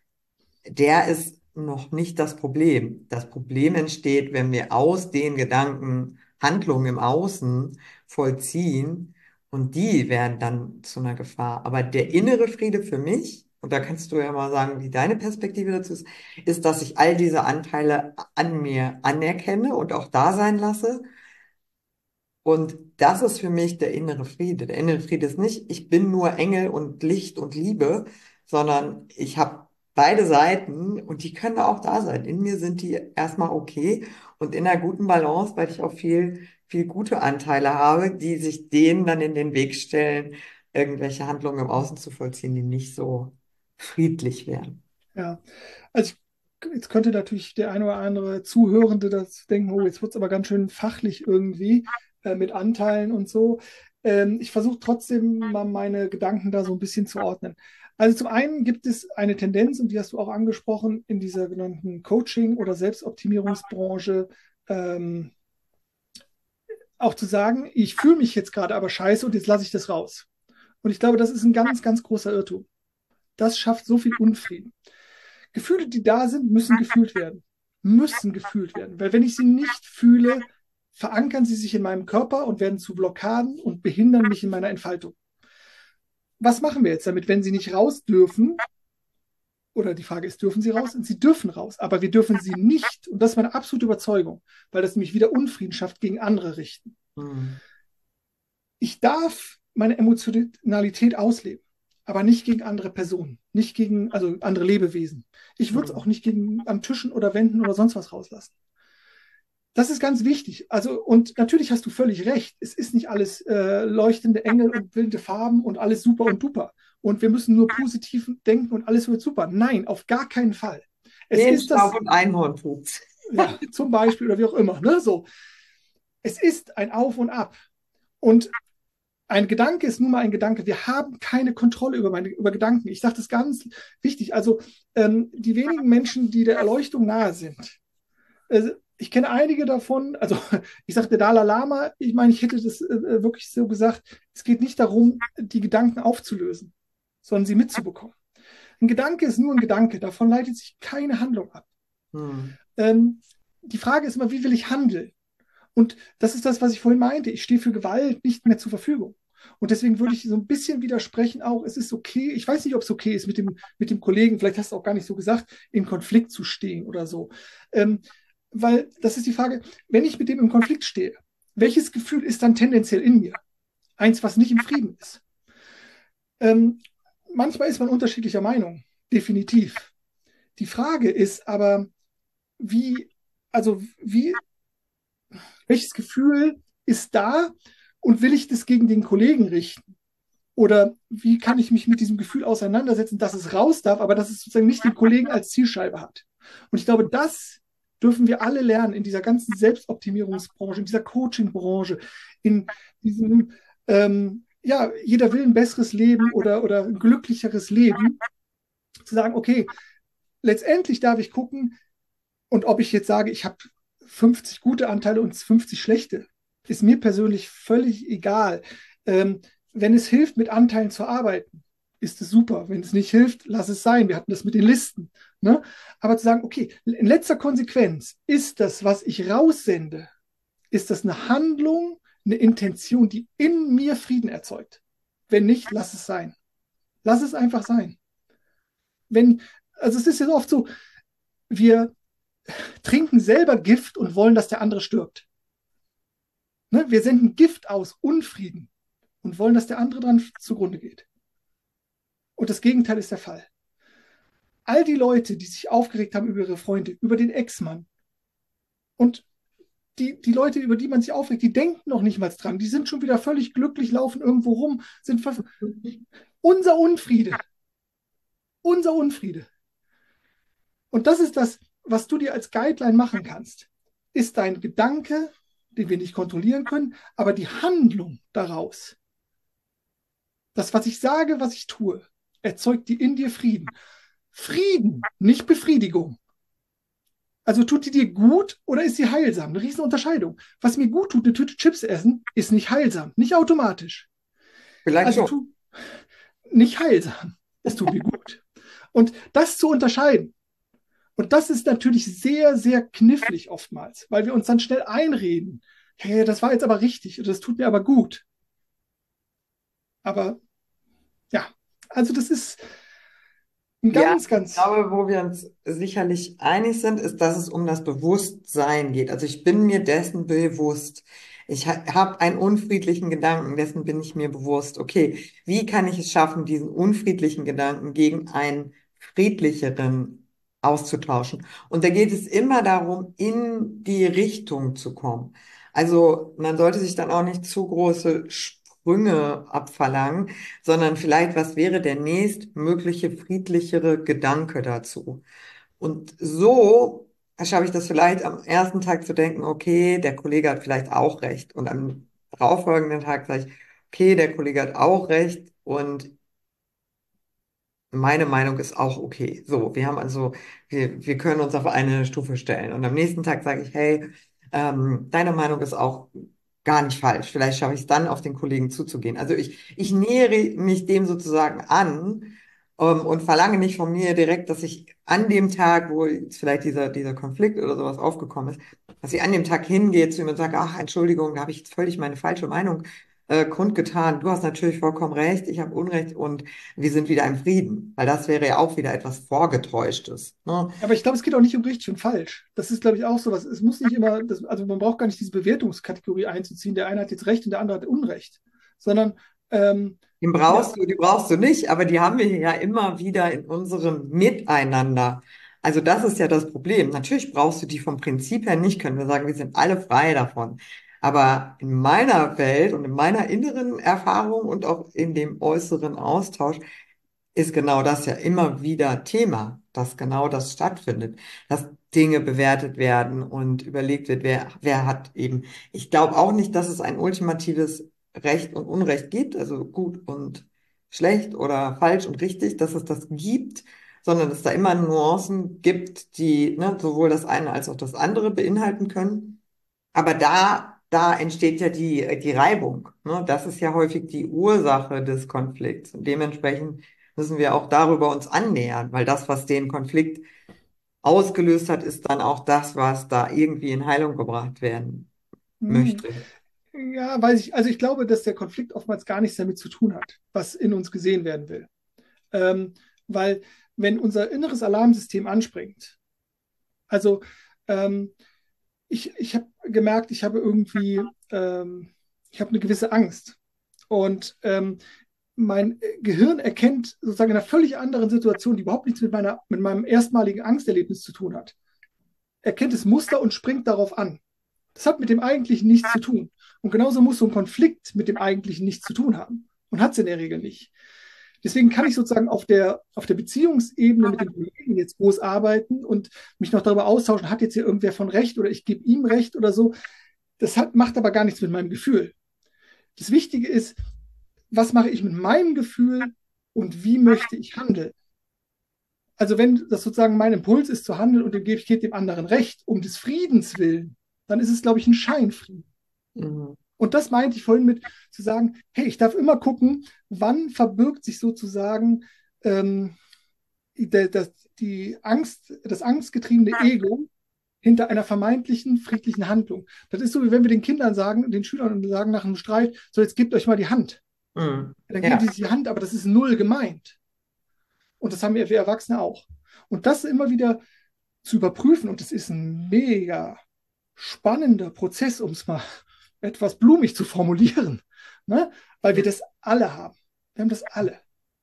der ist noch nicht das Problem. Das Problem entsteht, wenn wir aus den Gedanken Handlungen im Außen vollziehen und die werden dann zu einer Gefahr. Aber der innere Friede für mich, und da kannst du ja mal sagen, wie deine Perspektive dazu ist, dass ich all diese Anteile an mir anerkenne und auch da sein lasse und das ist für mich der innere Friede. Der innere Friede ist nicht, ich bin nur Engel und Licht und Liebe, sondern ich habe beide Seiten und die können auch da sein. In mir sind die erstmal okay und in einer guten Balance, weil ich auch viel gute Anteile habe, die sich denen dann in den Weg stellen, irgendwelche Handlungen im Außen zu vollziehen, die nicht so friedlich wären. Ja, also jetzt könnte natürlich der eine oder andere Zuhörende das denken, oh, jetzt wird es aber ganz schön fachlich irgendwie mit Anteilen und so. Ich versuche trotzdem mal meine Gedanken da so ein bisschen zu ordnen. Also zum einen gibt es eine Tendenz, und die hast du auch angesprochen, in dieser genannten Coaching- oder Selbstoptimierungsbranche, ähm, auch zu sagen, ich fühle mich jetzt gerade aber scheiße und jetzt lasse ich das raus. Und ich glaube, das ist ein ganz, ganz großer Irrtum. Das schafft so viel Unfrieden. Gefühle, die da sind, müssen gefühlt werden. Müssen gefühlt werden. Weil wenn ich sie nicht fühle, verankern sie sich in meinem Körper und werden zu Blockaden und behindern mich in meiner Entfaltung. Was machen wir jetzt damit, wenn sie nicht raus dürfen? Oder die Frage ist, dürfen sie raus? Und sie dürfen raus, aber wir dürfen sie nicht. Und das ist meine absolute Überzeugung, weil das nämlich wieder Unfrieden schafft gegen andere richten. Hm. Ich darf meine Emotionalität ausleben, aber nicht gegen andere Personen, nicht gegen, also andere Lebewesen. Ich würde es auch Hm. nicht gegen an Tischen oder Wänden oder sonst was rauslassen. Das ist ganz wichtig. Also, und natürlich hast du völlig recht. Es ist nicht alles leuchtende Engel und wilde Farben und alles super und duper. und wir müssen nur positiv denken und alles wird super. Nein, auf gar keinen Fall. Es ist Feenstaub das, und Einhornpups. ja, zum Beispiel oder wie auch immer, ne, so. Es ist ein Auf und Ab. Und ein Gedanke ist nun mal ein Gedanke. Wir haben keine Kontrolle über Gedanken. Ich sage das ganz wichtig. Also die wenigen Menschen, die der Erleuchtung nahe sind, ich kenne einige davon, also ich sage der Dalai Lama, ich meine, ich hätte das wirklich so gesagt, es geht nicht darum, die Gedanken aufzulösen, sondern sie mitzubekommen. Ein Gedanke ist nur ein Gedanke, davon leitet sich keine Handlung ab. Hm. Ähm, die Frage ist immer, wie will ich handeln? Und das ist das, was ich vorhin meinte. Ich stehe für Gewalt nicht mehr zur Verfügung. Und deswegen würde ich so ein bisschen widersprechen auch, es ist okay, ich weiß nicht, ob es okay ist, mit dem Kollegen, vielleicht hast du auch gar nicht so gesagt, in Konflikt zu stehen oder so. Weil das ist die Frage, wenn ich mit dem im Konflikt stehe, welches Gefühl ist dann tendenziell in mir? Eins, was nicht im Frieden ist. Ähm, manchmal ist man unterschiedlicher Meinung, definitiv. Die Frage ist aber, wie, wie welches Gefühl ist da und will ich das gegen den Kollegen richten? Oder wie kann ich mich mit diesem Gefühl auseinandersetzen, dass es raus darf, aber dass es sozusagen nicht den Kollegen als Zielscheibe hat? Und ich glaube, das dürfen wir alle lernen in dieser ganzen Selbstoptimierungsbranche, in dieser Coachingbranche, in diesem, ja, jeder will ein besseres Leben oder ein glücklicheres Leben, zu sagen, okay, letztendlich darf ich gucken, und ob ich jetzt sage, ich habe 50 gute Anteile und 50 schlechte, ist mir persönlich völlig egal. Wenn es hilft, mit Anteilen zu arbeiten, ist es super. Wenn es nicht hilft, lass es sein. Wir hatten das mit den Listen. Ne? Aber zu sagen, okay, in letzter Konsequenz ist das, was ich raussende, ist das eine Handlung, eine Intention, die in mir Frieden erzeugt. Wenn nicht, lass es sein. Lass es einfach sein. Wenn, also es ist ja oft so, wir trinken selber Gift und wollen, dass der andere stirbt. Ne? Wir senden Gift aus, Unfrieden, und wollen, dass der andere dran zugrunde geht. Und das Gegenteil ist der Fall. All die Leute, die sich aufgeregt haben über ihre Freunde, über den Ex-Mann und die Leute, über die man sich aufregt, die denken noch nicht mal dran. Die sind schon wieder völlig glücklich, laufen irgendwo rum, sind unser Unfriede. Unser Unfriede. Und das ist das, was du dir als Guideline machen kannst. Ist dein Gedanke, den wir nicht kontrollieren können, aber die Handlung daraus, das, was ich sage, was ich tue, erzeugt die in dir Frieden. Frieden, nicht Befriedigung. Also tut die dir gut oder ist sie heilsam? Eine riesen Unterscheidung. Was mir gut tut, eine Tüte Chips essen, ist nicht heilsam, nicht automatisch. Vielleicht Also schon. tu nicht heilsam. Es tut mir gut. Und das zu unterscheiden, und das ist natürlich sehr, sehr knifflig oftmals, weil wir uns dann schnell einreden. Hey, das war jetzt aber richtig und das tut mir aber gut. Aber ja, also das ist ein Ja, ganz, ich ganz, glaube, wo wir uns sicherlich einig sind, ist, dass es um das Bewusstsein geht. Also ich bin mir dessen bewusst. Ich habe einen unfriedlichen Gedanken, dessen bin ich mir bewusst. Okay, wie kann ich es schaffen, diesen unfriedlichen Gedanken gegen einen friedlicheren auszutauschen? Und da geht es immer darum, in die Richtung zu kommen. Also man sollte sich dann auch nicht zu große Sprünge abverlangen, sondern vielleicht, was wäre der nächstmögliche friedlichere Gedanke dazu? Und so schaffe ich das vielleicht am ersten Tag zu denken, okay, der Kollege hat vielleicht auch recht. Und am darauffolgenden Tag sage ich, okay, der Kollege hat auch recht und meine Meinung ist auch okay. So, wir können uns auf eine Stufe stellen. Und am nächsten Tag sage ich, hey, deine Meinung ist auch gar nicht falsch. Vielleicht schaffe ich es dann, auf den Kollegen zuzugehen. Also ich nähere mich dem sozusagen an, und verlange nicht von mir direkt, dass ich an dem Tag, wo jetzt vielleicht dieser Konflikt oder sowas aufgekommen ist, dass ich an dem Tag hingehe zu ihm und sage, ach, Entschuldigung, da habe ich jetzt völlig meine falsche Meinung kundgetan. Du hast natürlich vollkommen recht, ich habe Unrecht und wir sind wieder im Frieden, weil das wäre ja auch wieder etwas Vorgetäuschtes. Ne? aber ich glaube, es geht auch nicht um richtig und falsch. Das ist, glaube ich, auch so was. Es muss nicht immer, also man braucht gar nicht diese Bewertungskategorie einzuziehen. Der eine hat jetzt Recht und der andere hat Unrecht, sondern ja, Die brauchst du nicht, aber die haben wir ja immer wieder in unserem Miteinander. Also das ist ja das Problem. Natürlich brauchst du die vom Prinzip her nicht, können wir sagen, wir sind alle frei davon. Aber in meiner Welt und in meiner inneren Erfahrung und auch in dem äußeren Austausch ist genau das ja immer wieder Thema, dass genau das stattfindet, dass Dinge bewertet werden und überlegt wird, wer hat eben. Ich glaube auch nicht, dass es ein ultimatives Recht und Unrecht gibt, also gut und schlecht oder falsch und richtig, dass es das gibt, sondern dass es da immer Nuancen gibt, die, ne, sowohl das eine als auch das andere beinhalten können. Aber da entsteht ja die Reibung, ne? Das ist ja häufig die Ursache des Konflikts. Und dementsprechend müssen wir auch darüber uns annähern, weil das, was den Konflikt ausgelöst hat, ist dann auch das, was da irgendwie in Heilung gebracht werden Hm, möchte. ja, weiß ich. Also ich glaube, dass der Konflikt oftmals gar nichts damit zu tun hat, was in uns gesehen werden will. Ähm, weil wenn unser inneres Alarmsystem anspringt, also ähm, ich habe gemerkt, ich habe eine gewisse Angst. Und mein Gehirn erkennt sozusagen in einer völlig anderen Situation, die überhaupt nichts mit meinem erstmaligen Angsterlebnis zu tun hat, erkennt das Muster und springt darauf an. Das hat mit dem Eigentlichen nichts zu tun. Und genauso muss so ein Konflikt mit dem Eigentlichen nichts zu tun haben. Und hat es in der Regel nicht. Deswegen kann ich sozusagen auf der Beziehungsebene mit dem Kollegen jetzt groß arbeiten und mich noch darüber austauschen, hat jetzt hier irgendwer von Recht oder ich gebe ihm Recht oder so. Macht aber gar nichts mit meinem Gefühl. Das Wichtige ist, was mache ich mit meinem Gefühl und wie möchte ich handeln? Also wenn das sozusagen mein Impuls ist zu handeln und ich gebe dem anderen Recht, um des Friedens willen, dann ist es, glaube ich, ein Scheinfrieden. Mhm. Und das meinte ich vorhin mit zu sagen, hey, ich darf immer gucken, wann verbirgt sich sozusagen ähm, das, die Angst, das angstgetriebene Ego hinter einer vermeintlichen friedlichen Handlung. Das ist so, wie wenn wir den Kindern sagen, den Schülern sagen nach einem Streit, so jetzt gebt euch mal die Hand. Mhm. Dann geben die Ja. sich die Hand, aber das ist null gemeint. Und das haben wir Erwachsene auch. Und das immer wieder zu überprüfen, und das ist ein mega spannender Prozess, um es mal etwas blumig zu formulieren, ne? Weil wir das alle haben. Wir haben das alle.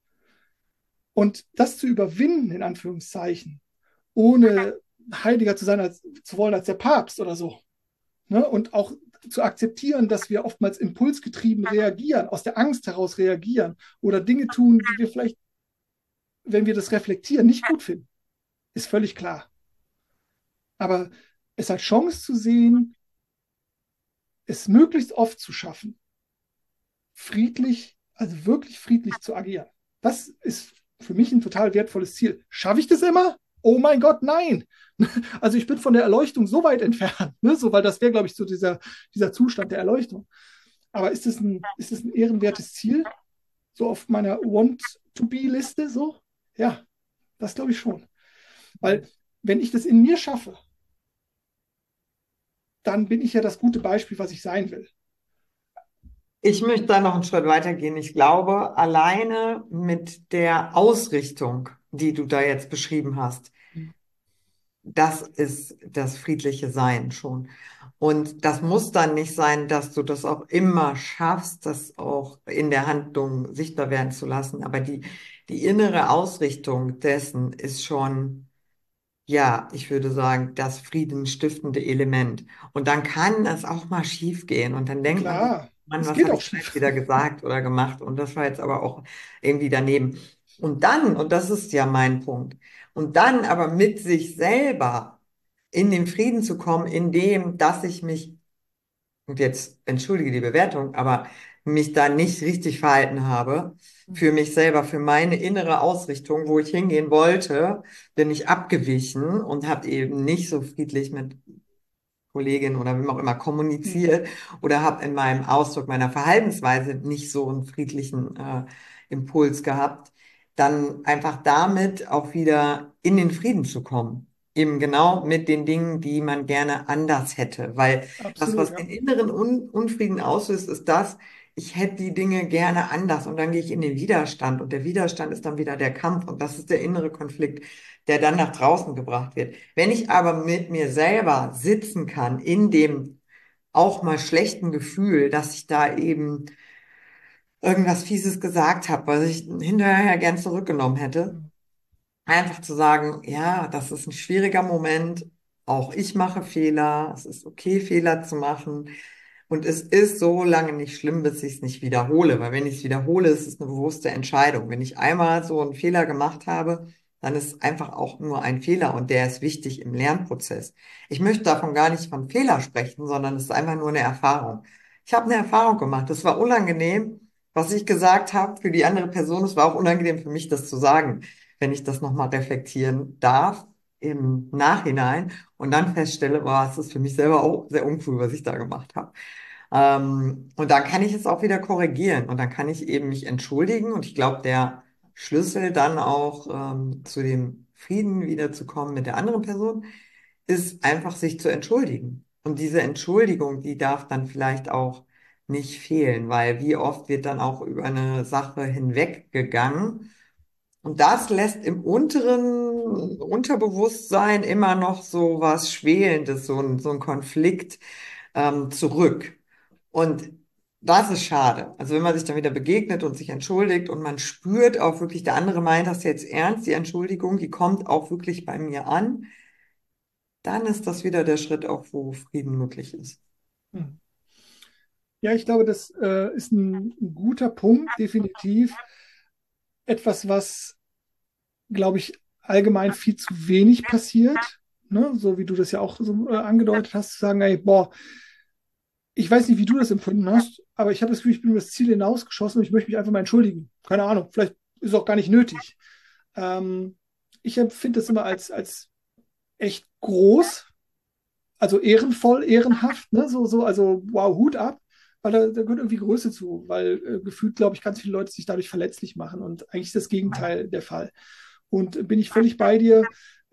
Und das zu überwinden, in Anführungszeichen, ohne heiliger zu wollen als der Papst oder so, ne? Und auch zu akzeptieren, dass wir oftmals impulsgetrieben reagieren, aus der Angst heraus reagieren oder Dinge tun, die wir vielleicht, wenn wir das reflektieren, nicht gut finden, ist völlig klar. Aber es als Chance zu sehen, es möglichst oft zu schaffen, friedlich, also wirklich friedlich zu agieren. Das ist für mich ein total wertvolles Ziel. Schaffe ich das immer? Oh mein Gott, nein. Also ich bin von der Erleuchtung so weit entfernt, ne? So, weil das wäre, glaube ich, so dieser Zustand der Erleuchtung. Aber ist es ein ehrenwertes Ziel, so auf meiner Want-to-Be-Liste so? Ja, das glaube ich schon. Weil wenn ich das in mir schaffe, dann bin ich ja das gute Beispiel, was ich sein will. Ich möchte da noch einen Schritt weiter gehen. Ich glaube, alleine mit der Ausrichtung, die du da jetzt beschrieben hast, das ist das friedliche Sein schon. Und das muss dann nicht sein, dass du das auch immer schaffst, das auch in der Handlung sichtbar werden zu lassen. Aber die innere Ausrichtung dessen ist schon, ja, ich würde sagen, das friedenstiftende Element. Und dann kann es auch mal schief gehen. Und dann denkt man sich, Klar, Mann, es was geht habe auch ich da jetzt schief. wieder gesagt oder gemacht? Und das war jetzt aber auch irgendwie daneben. Und das ist ja mein Punkt, und dann aber mit sich selber in den Frieden zu kommen, indem, dass ich mich, und jetzt entschuldige die Bewertung, aber mich da nicht richtig verhalten habe, für mich selber, für meine innere Ausrichtung, wo ich hingehen wollte, bin ich abgewichen und habe eben nicht so friedlich mit Kollegin oder wem auch immer kommuniziert oder habe in meinem Ausdruck meiner Verhaltensweise nicht so einen friedlichen Impuls gehabt, dann einfach damit auch wieder in den Frieden zu kommen. Eben genau mit den Dingen, die man gerne anders hätte. Weil das, Absolut, was ja. den inneren Unfrieden auslöst, ist das, ich hätte die Dinge gerne anders und dann gehe ich in den Widerstand und der Widerstand ist dann wieder der Kampf und das ist der innere Konflikt, der dann nach draußen gebracht wird. Wenn ich aber mit mir selber sitzen kann, in dem auch mal schlechten Gefühl, dass ich da eben irgendwas Fieses gesagt habe, was ich hinterher gern zurückgenommen hätte, einfach zu sagen, ja, das ist ein schwieriger Moment, auch ich mache Fehler, es ist okay, Fehler zu machen Und es ist so lange nicht schlimm, bis ich es nicht wiederhole, weil wenn ich es wiederhole, ist es eine bewusste Entscheidung. Wenn ich einmal so einen Fehler gemacht habe, dann ist es einfach auch nur ein Fehler und der ist wichtig im Lernprozess. Ich möchte davon gar nicht von Fehler sprechen, sondern es ist einfach nur eine Erfahrung. Ich habe eine Erfahrung gemacht. Das war unangenehm, was ich gesagt habe für die andere Person. Es war auch unangenehm für mich, das zu sagen, wenn ich das nochmal reflektieren darf im Nachhinein und dann feststelle, boah, es ist für mich selber auch sehr uncool, was ich da gemacht habe. Und dann kann ich es auch wieder korrigieren und dann kann ich eben mich entschuldigen und ich glaube, der Schlüssel dann auch zu dem Frieden wiederzukommen mit der anderen Person ist einfach sich zu entschuldigen. Und diese Entschuldigung, die darf dann vielleicht auch nicht fehlen, weil wie oft wird dann auch über eine Sache hinweggegangen und das lässt im unteren Unterbewusstsein immer noch so was Schwelendes, so ein Konflikt zurück. Und das ist schade. Also wenn man sich dann wieder begegnet und sich entschuldigt und man spürt auch wirklich, der andere meint das jetzt ernst, die Entschuldigung, die kommt auch wirklich bei mir an, dann ist das wieder der Schritt auch, wo Frieden möglich ist. Hm. Ja, ich glaube, das ist ein guter Punkt, definitiv. Etwas, was, glaube ich, allgemein viel zu wenig passiert. Ne? So wie du das ja auch so angedeutet hast, zu sagen, ey, boah, ich weiß nicht, wie du das empfunden hast, aber ich habe das Gefühl, ich bin über das Ziel hinausgeschossen und ich möchte mich einfach mal entschuldigen. Keine Ahnung, vielleicht ist es auch gar nicht nötig. Ähm, Ich empfinde das immer als echt groß, also ehrenvoll, ehrenhaft, ne? Also wow, Hut ab, weil da gehört irgendwie Größe zu, weil gefühlt, glaube ich, ganz viele Leute sich dadurch verletzlich machen und eigentlich ist das Gegenteil der Fall. Und bin ich völlig bei dir,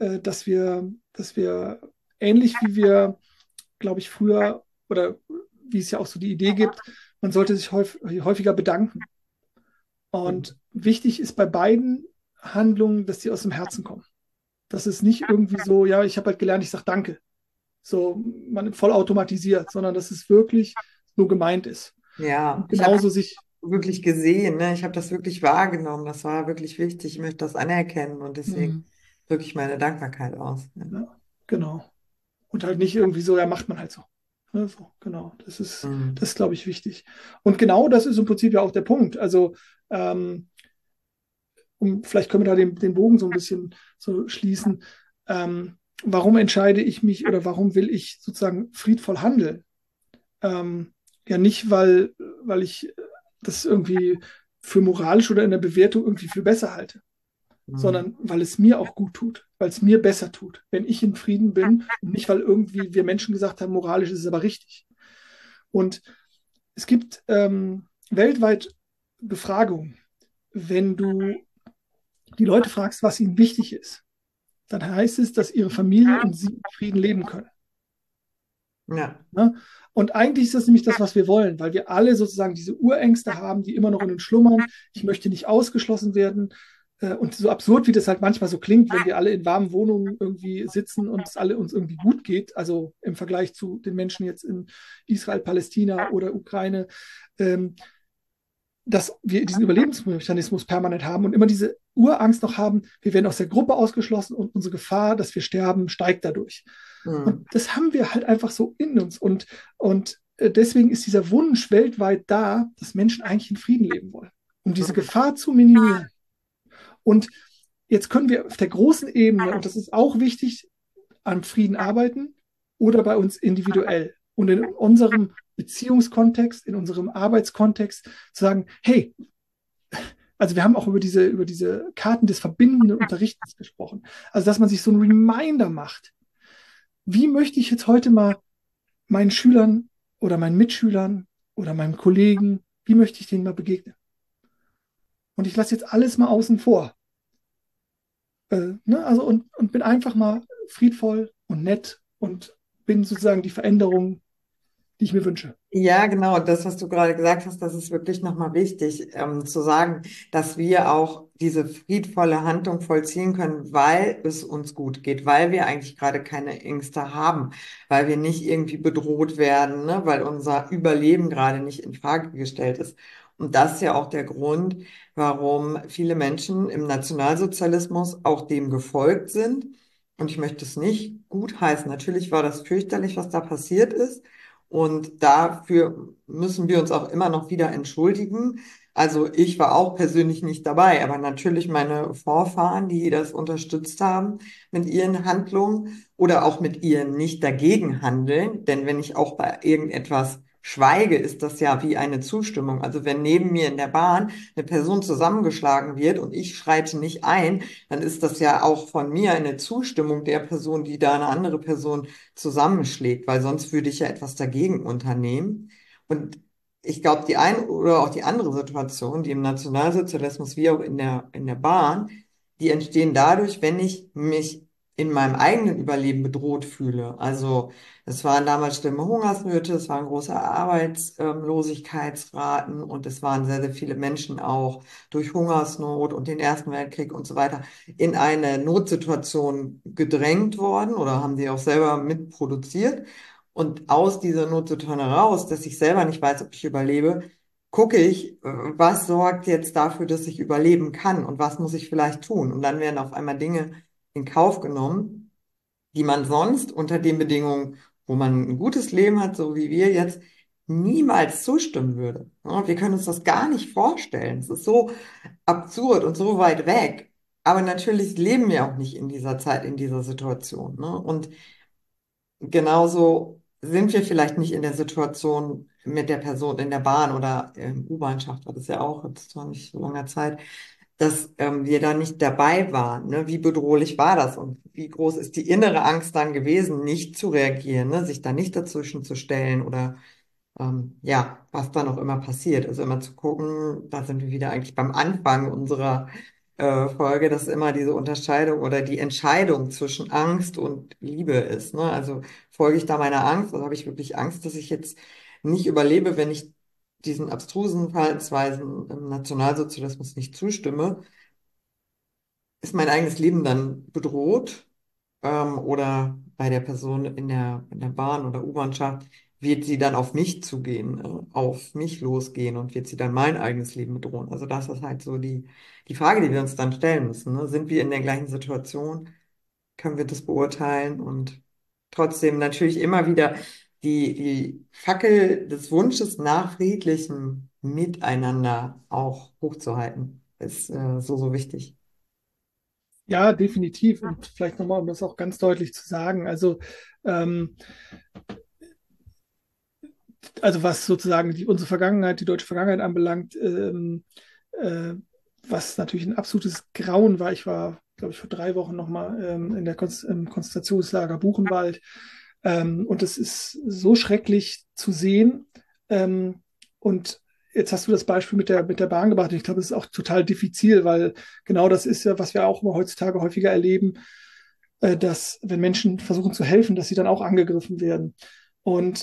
dass wir ähnlich wie wir, glaube ich, früher oder wie es ja auch so die Idee gibt, man sollte sich häufiger bedanken. Und wichtig ist bei beiden Handlungen, dass die aus dem Herzen kommen. Das ist nicht irgendwie so, ja, ich habe halt gelernt, ich sage Danke. So, man voll automatisiert, sondern dass es wirklich so gemeint ist. Ja, Und ich habe genauso sich, wirklich gesehen, ne? Ich habe das wirklich wahrgenommen. Das war wirklich wichtig. Ich möchte das anerkennen und deswegen hm, drücke ich meine Dankbarkeit aus. Ja. ja, genau. Und halt nicht irgendwie so, ja, macht man halt so. Ne, so, genau. Das Mhm. ist, glaube ich, wichtig. Und genau das ist im Prinzip ja auch der Punkt. Also, ähm, vielleicht können wir da den Bogen so ein bisschen so schließen. Warum entscheide ich mich oder warum will ich sozusagen friedvoll handeln? Ja, nicht, weil ich das irgendwie für moralisch oder in der Bewertung irgendwie für besser halte, Mhm. sondern weil es mir auch gut tut, weil es mir besser tut, wenn ich in Frieden bin und nicht, weil irgendwie wir Menschen gesagt haben, moralisch ist es aber richtig. Und es gibt weltweit Befragungen, wenn du die Leute fragst, was ihnen wichtig ist, dann heißt es, dass ihre Familie und sie in Frieden leben können. Ja. Ne? Und eigentlich ist das nämlich das, was wir wollen, weil wir alle sozusagen diese Urängste haben, die immer noch in uns schlummern. Ich möchte nicht ausgeschlossen werden. Und so absurd, wie das halt manchmal so klingt, wenn wir alle in warmen Wohnungen irgendwie sitzen und es alle uns irgendwie gut geht, also im Vergleich zu den Menschen jetzt in Israel, Palästina oder Ukraine, ähm, dass wir diesen Überlebensmechanismus permanent haben und immer diese Urangst noch haben, wir werden aus der Gruppe ausgeschlossen und unsere Gefahr, dass wir sterben, steigt dadurch. Und Mhm. das haben wir halt einfach so in uns. Und deswegen ist dieser Wunsch weltweit da, dass Menschen eigentlich in Frieden leben wollen, um diese Mhm. Gefahr zu minimieren. Und jetzt können wir auf der großen Ebene, und das ist auch wichtig, am Frieden arbeiten oder bei uns individuell. Und in unserem Beziehungskontext, in unserem Arbeitskontext zu sagen, hey, also wir haben auch über diese Karten des verbindenden Unterrichtens gesprochen. Also dass man sich so einen Reminder macht. Wie möchte ich jetzt heute mal meinen Schülern oder meinen Mitschülern oder meinem Kollegen, wie möchte ich denen mal begegnen? Und ich lasse jetzt alles mal außen vor. Ne? Also und bin einfach mal friedvoll und nett und bin sozusagen die Veränderung, die ich mir wünsche. Ja, genau. Das, was du gerade gesagt hast, das ist wirklich nochmal wichtig, zu sagen, dass wir auch diese friedvolle Handlung vollziehen können, weil es uns gut geht, weil wir eigentlich gerade keine Ängste haben, weil wir nicht irgendwie bedroht werden, ne, weil unser Überleben gerade nicht in Frage gestellt ist. Und das ist ja auch der Grund, warum viele Menschen im Nationalsozialismus auch dem gefolgt sind. Und ich möchte es nicht gutheißen. Natürlich war das fürchterlich, was da passiert ist. Und dafür müssen wir uns auch immer noch wieder entschuldigen. Also ich war auch persönlich nicht dabei, aber natürlich meine Vorfahren, die das unterstützt haben mit ihren Handlungen oder auch mit ihren nicht dagegen handeln. Denn wenn ich auch bei irgendetwas schweige, ist das ja wie eine Zustimmung. Also wenn neben mir in der Bahn eine Person zusammengeschlagen wird und ich schreite nicht ein, dann ist das ja auch von mir eine Zustimmung der Person, die da eine andere Person zusammenschlägt, weil sonst würde ich ja etwas dagegen unternehmen. Und ich glaube, die eine oder auch die andere Situation, die im Nationalsozialismus wie auch in der Bahn, die entstehen dadurch, wenn ich mich in meinem eigenen Überleben bedroht fühle. Also es waren damals schlimme Hungersnöte, es waren große Arbeitslosigkeitsraten und es waren sehr, sehr viele Menschen auch durch Hungersnot und den Ersten Weltkrieg und so weiter in eine Notsituation gedrängt worden oder haben sie auch selber mitproduziert. Und aus dieser Notsituation heraus, dass ich selber nicht weiß, ob ich überlebe, gucke ich, was sorgt jetzt dafür, dass ich überleben kann und was muss ich vielleicht tun. Und dann werden auf einmal Dinge in Kauf genommen, die man sonst unter den Bedingungen, wo man ein gutes Leben hat, so wie wir jetzt, niemals zustimmen würde. Ja, wir können uns das gar nicht vorstellen. Es ist so absurd und so weit weg. Aber natürlich leben wir auch nicht in dieser Zeit, in dieser Situation, ne? Und genauso sind wir vielleicht nicht in der Situation mit der Person in der Bahn oder im U-Bahn-Schacht, war das ja auch, jetzt zwar nicht so langer Zeit, dass wir da nicht dabei waren. Ne? Wie bedrohlich war das und wie groß ist die innere Angst dann gewesen, nicht zu reagieren, ne? Sich da nicht dazwischen zu stellen oder ja, was da noch immer passiert. Also immer zu gucken, da sind wir wieder eigentlich beim Anfang unserer Folge, dass immer diese Unterscheidung oder die Entscheidung zwischen Angst und Liebe ist. Ne? Also folge ich da meiner Angst oder habe ich wirklich Angst, dass ich jetzt nicht überlebe, wenn ich diesen abstrusen Verhaltensweisen im Nationalsozialismus nicht zustimme? Ist mein eigenes Leben dann bedroht? Oder bei der Person in der Bahn oder U-Bahn-Schacht, wird sie dann auf mich zugehen, auf mich losgehen und wird sie dann mein eigenes Leben bedrohen? Also das ist halt so die Frage, die wir uns dann stellen müssen. Ne? Sind wir in der gleichen Situation? Können wir das beurteilen? Und trotzdem natürlich immer wieder die Fackel des Wunsches nach friedlichem Miteinander auch hochzuhalten, ist so wichtig. Ja, definitiv. Und vielleicht nochmal, um das auch ganz deutlich zu sagen. Ähm, also was sozusagen unsere Vergangenheit, die deutsche Vergangenheit anbelangt, was natürlich ein absolutes Grauen war. Ich war, glaube ich, vor 3 Wochen nochmal im Konzentrationslager Buchenwald. Und es ist so schrecklich zu sehen. Ähm, und jetzt hast du das Beispiel mit der Bahn gebracht. Und ich glaube, das ist auch total diffizil, weil genau das ist ja, was wir auch immer heutzutage häufiger erleben, dass wenn Menschen versuchen zu helfen, dass sie dann auch angegriffen werden. Und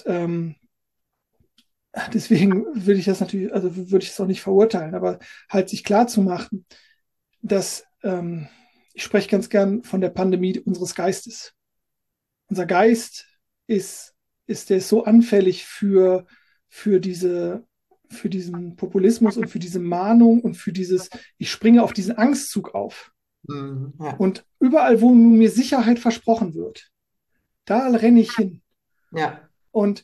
deswegen würde ich das natürlich, also würde ich es auch nicht verurteilen, aber halt sich klar zu machen, dass ich spreche ganz gern von der Pandemie unseres Geistes. Unser Geist ist, der ist so anfällig für für diesen Populismus und für diese Mahnung und für dieses, ich springe auf diesen Angstzug auf. Mhm, ja, Und überall, wo nun mir Sicherheit versprochen wird, da renne ich hin. ja. Und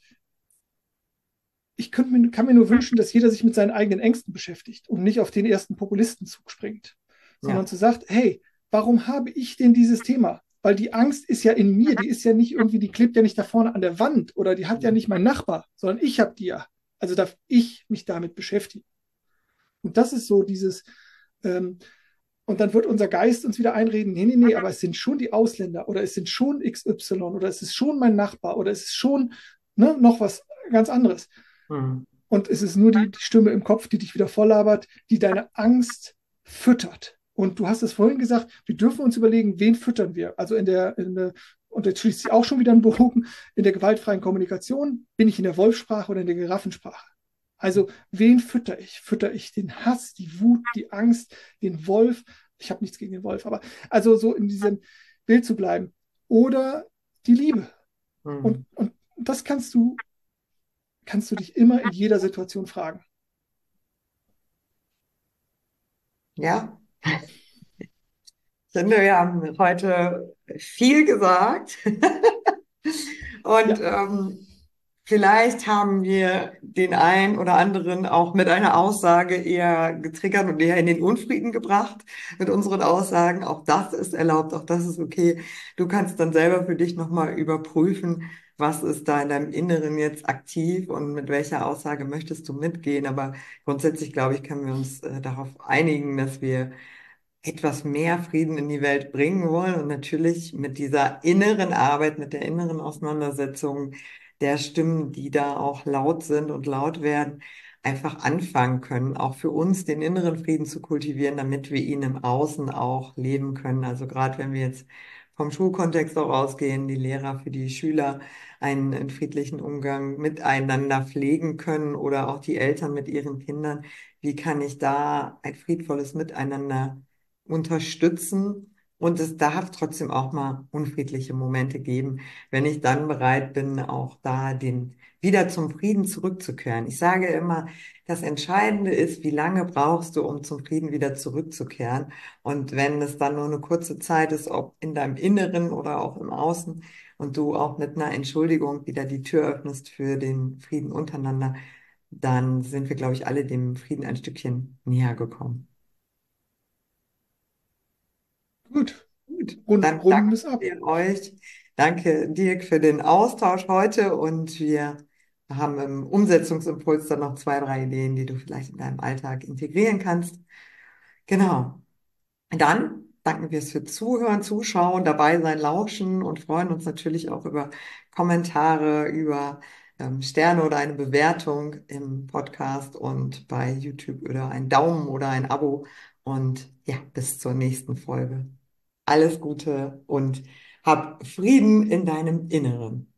kann mir nur wünschen, dass jeder sich mit seinen eigenen Ängsten beschäftigt und nicht auf den ersten Populistenzug springt, sondern Ja. zu sagt, hey, warum habe ich denn dieses Thema? Weil die Angst ist ja in mir, die ist ja nicht irgendwie, die klebt ja nicht da vorne an der Wand oder die hat ja nicht mein Nachbar, sondern ich habe die ja. Also darf ich mich damit beschäftigen. Und das ist so dieses, ähm, und dann wird unser Geist uns wieder einreden, nee, nee, nee, aber es sind schon die Ausländer oder es sind schon XY oder es ist schon mein Nachbar oder es ist schon noch was ganz anderes. Mhm. Und es ist nur die Stimme im Kopf, die dich wieder volllabert, die deine Angst füttert. Und du hast es vorhin gesagt, wir dürfen uns überlegen, wen füttern wir. Also und jetzt schließt sich auch schon wieder ein Bogen, in der gewaltfreien Kommunikation, bin ich in der Wolfsprache oder in der Giraffensprache? Also wen fütter ich? Fütter ich den Hass, die Wut, die Angst, den Wolf? Ich habe nichts gegen den Wolf, aber also so in diesem Bild zu bleiben. Oder die Liebe. Mhm. Und das kannst du dich immer in jeder Situation fragen. Ja, ich finde, wir haben heute viel gesagt. Und Ja, Vielleicht haben wir den einen oder anderen auch mit einer Aussage eher getriggert und eher in den Unfrieden gebracht mit unseren Aussagen. Auch das ist erlaubt, auch das ist okay. Du kannst dann selber für dich nochmal überprüfen, was ist da in deinem Inneren jetzt aktiv und mit welcher Aussage möchtest du mitgehen. Aber grundsätzlich, glaube ich, können wir uns darauf einigen, dass wir etwas mehr Frieden in die Welt bringen wollen und natürlich mit dieser inneren Arbeit, mit der inneren Auseinandersetzung der Stimmen, die da auch laut sind und laut werden, einfach anfangen können, auch für uns den inneren Frieden zu kultivieren, damit wir ihn im Außen auch leben können. Also gerade wenn wir jetzt vom Schulkontext auch ausgehen, die Lehrer für die Schüler einen friedlichen Umgang miteinander pflegen können oder auch die Eltern mit ihren Kindern. Wie kann ich da ein friedvolles Miteinander unterstützen und es darf trotzdem auch mal unfriedliche Momente geben, wenn ich dann bereit bin, auch da wieder zum Frieden zurückzukehren. Ich sage immer, das Entscheidende ist, wie lange brauchst du, um zum Frieden wieder zurückzukehren? Und wenn es dann nur eine kurze Zeit ist, ob in deinem Inneren oder auch im Außen, und du auch mit einer Entschuldigung wieder die Tür öffnest für den Frieden untereinander, dann sind wir, glaube ich, alle dem Frieden ein Stückchen näher gekommen. Gut, Gut, dann Runden danke ist ab. wir euch. Danke, Dirk, für den Austausch heute und wir haben im Umsetzungsimpuls dann noch zwei, drei Ideen, die du vielleicht in deinem Alltag integrieren kannst. Genau. Dann danken wir für Zuhören, Zuschauen, dabei sein, lauschen und freuen uns natürlich auch über Kommentare, über Sterne oder eine Bewertung im Podcast und bei YouTube oder ein Daumen oder ein Abo. Und ja, bis zur nächsten Folge. Alles Gute und hab Frieden in deinem Inneren.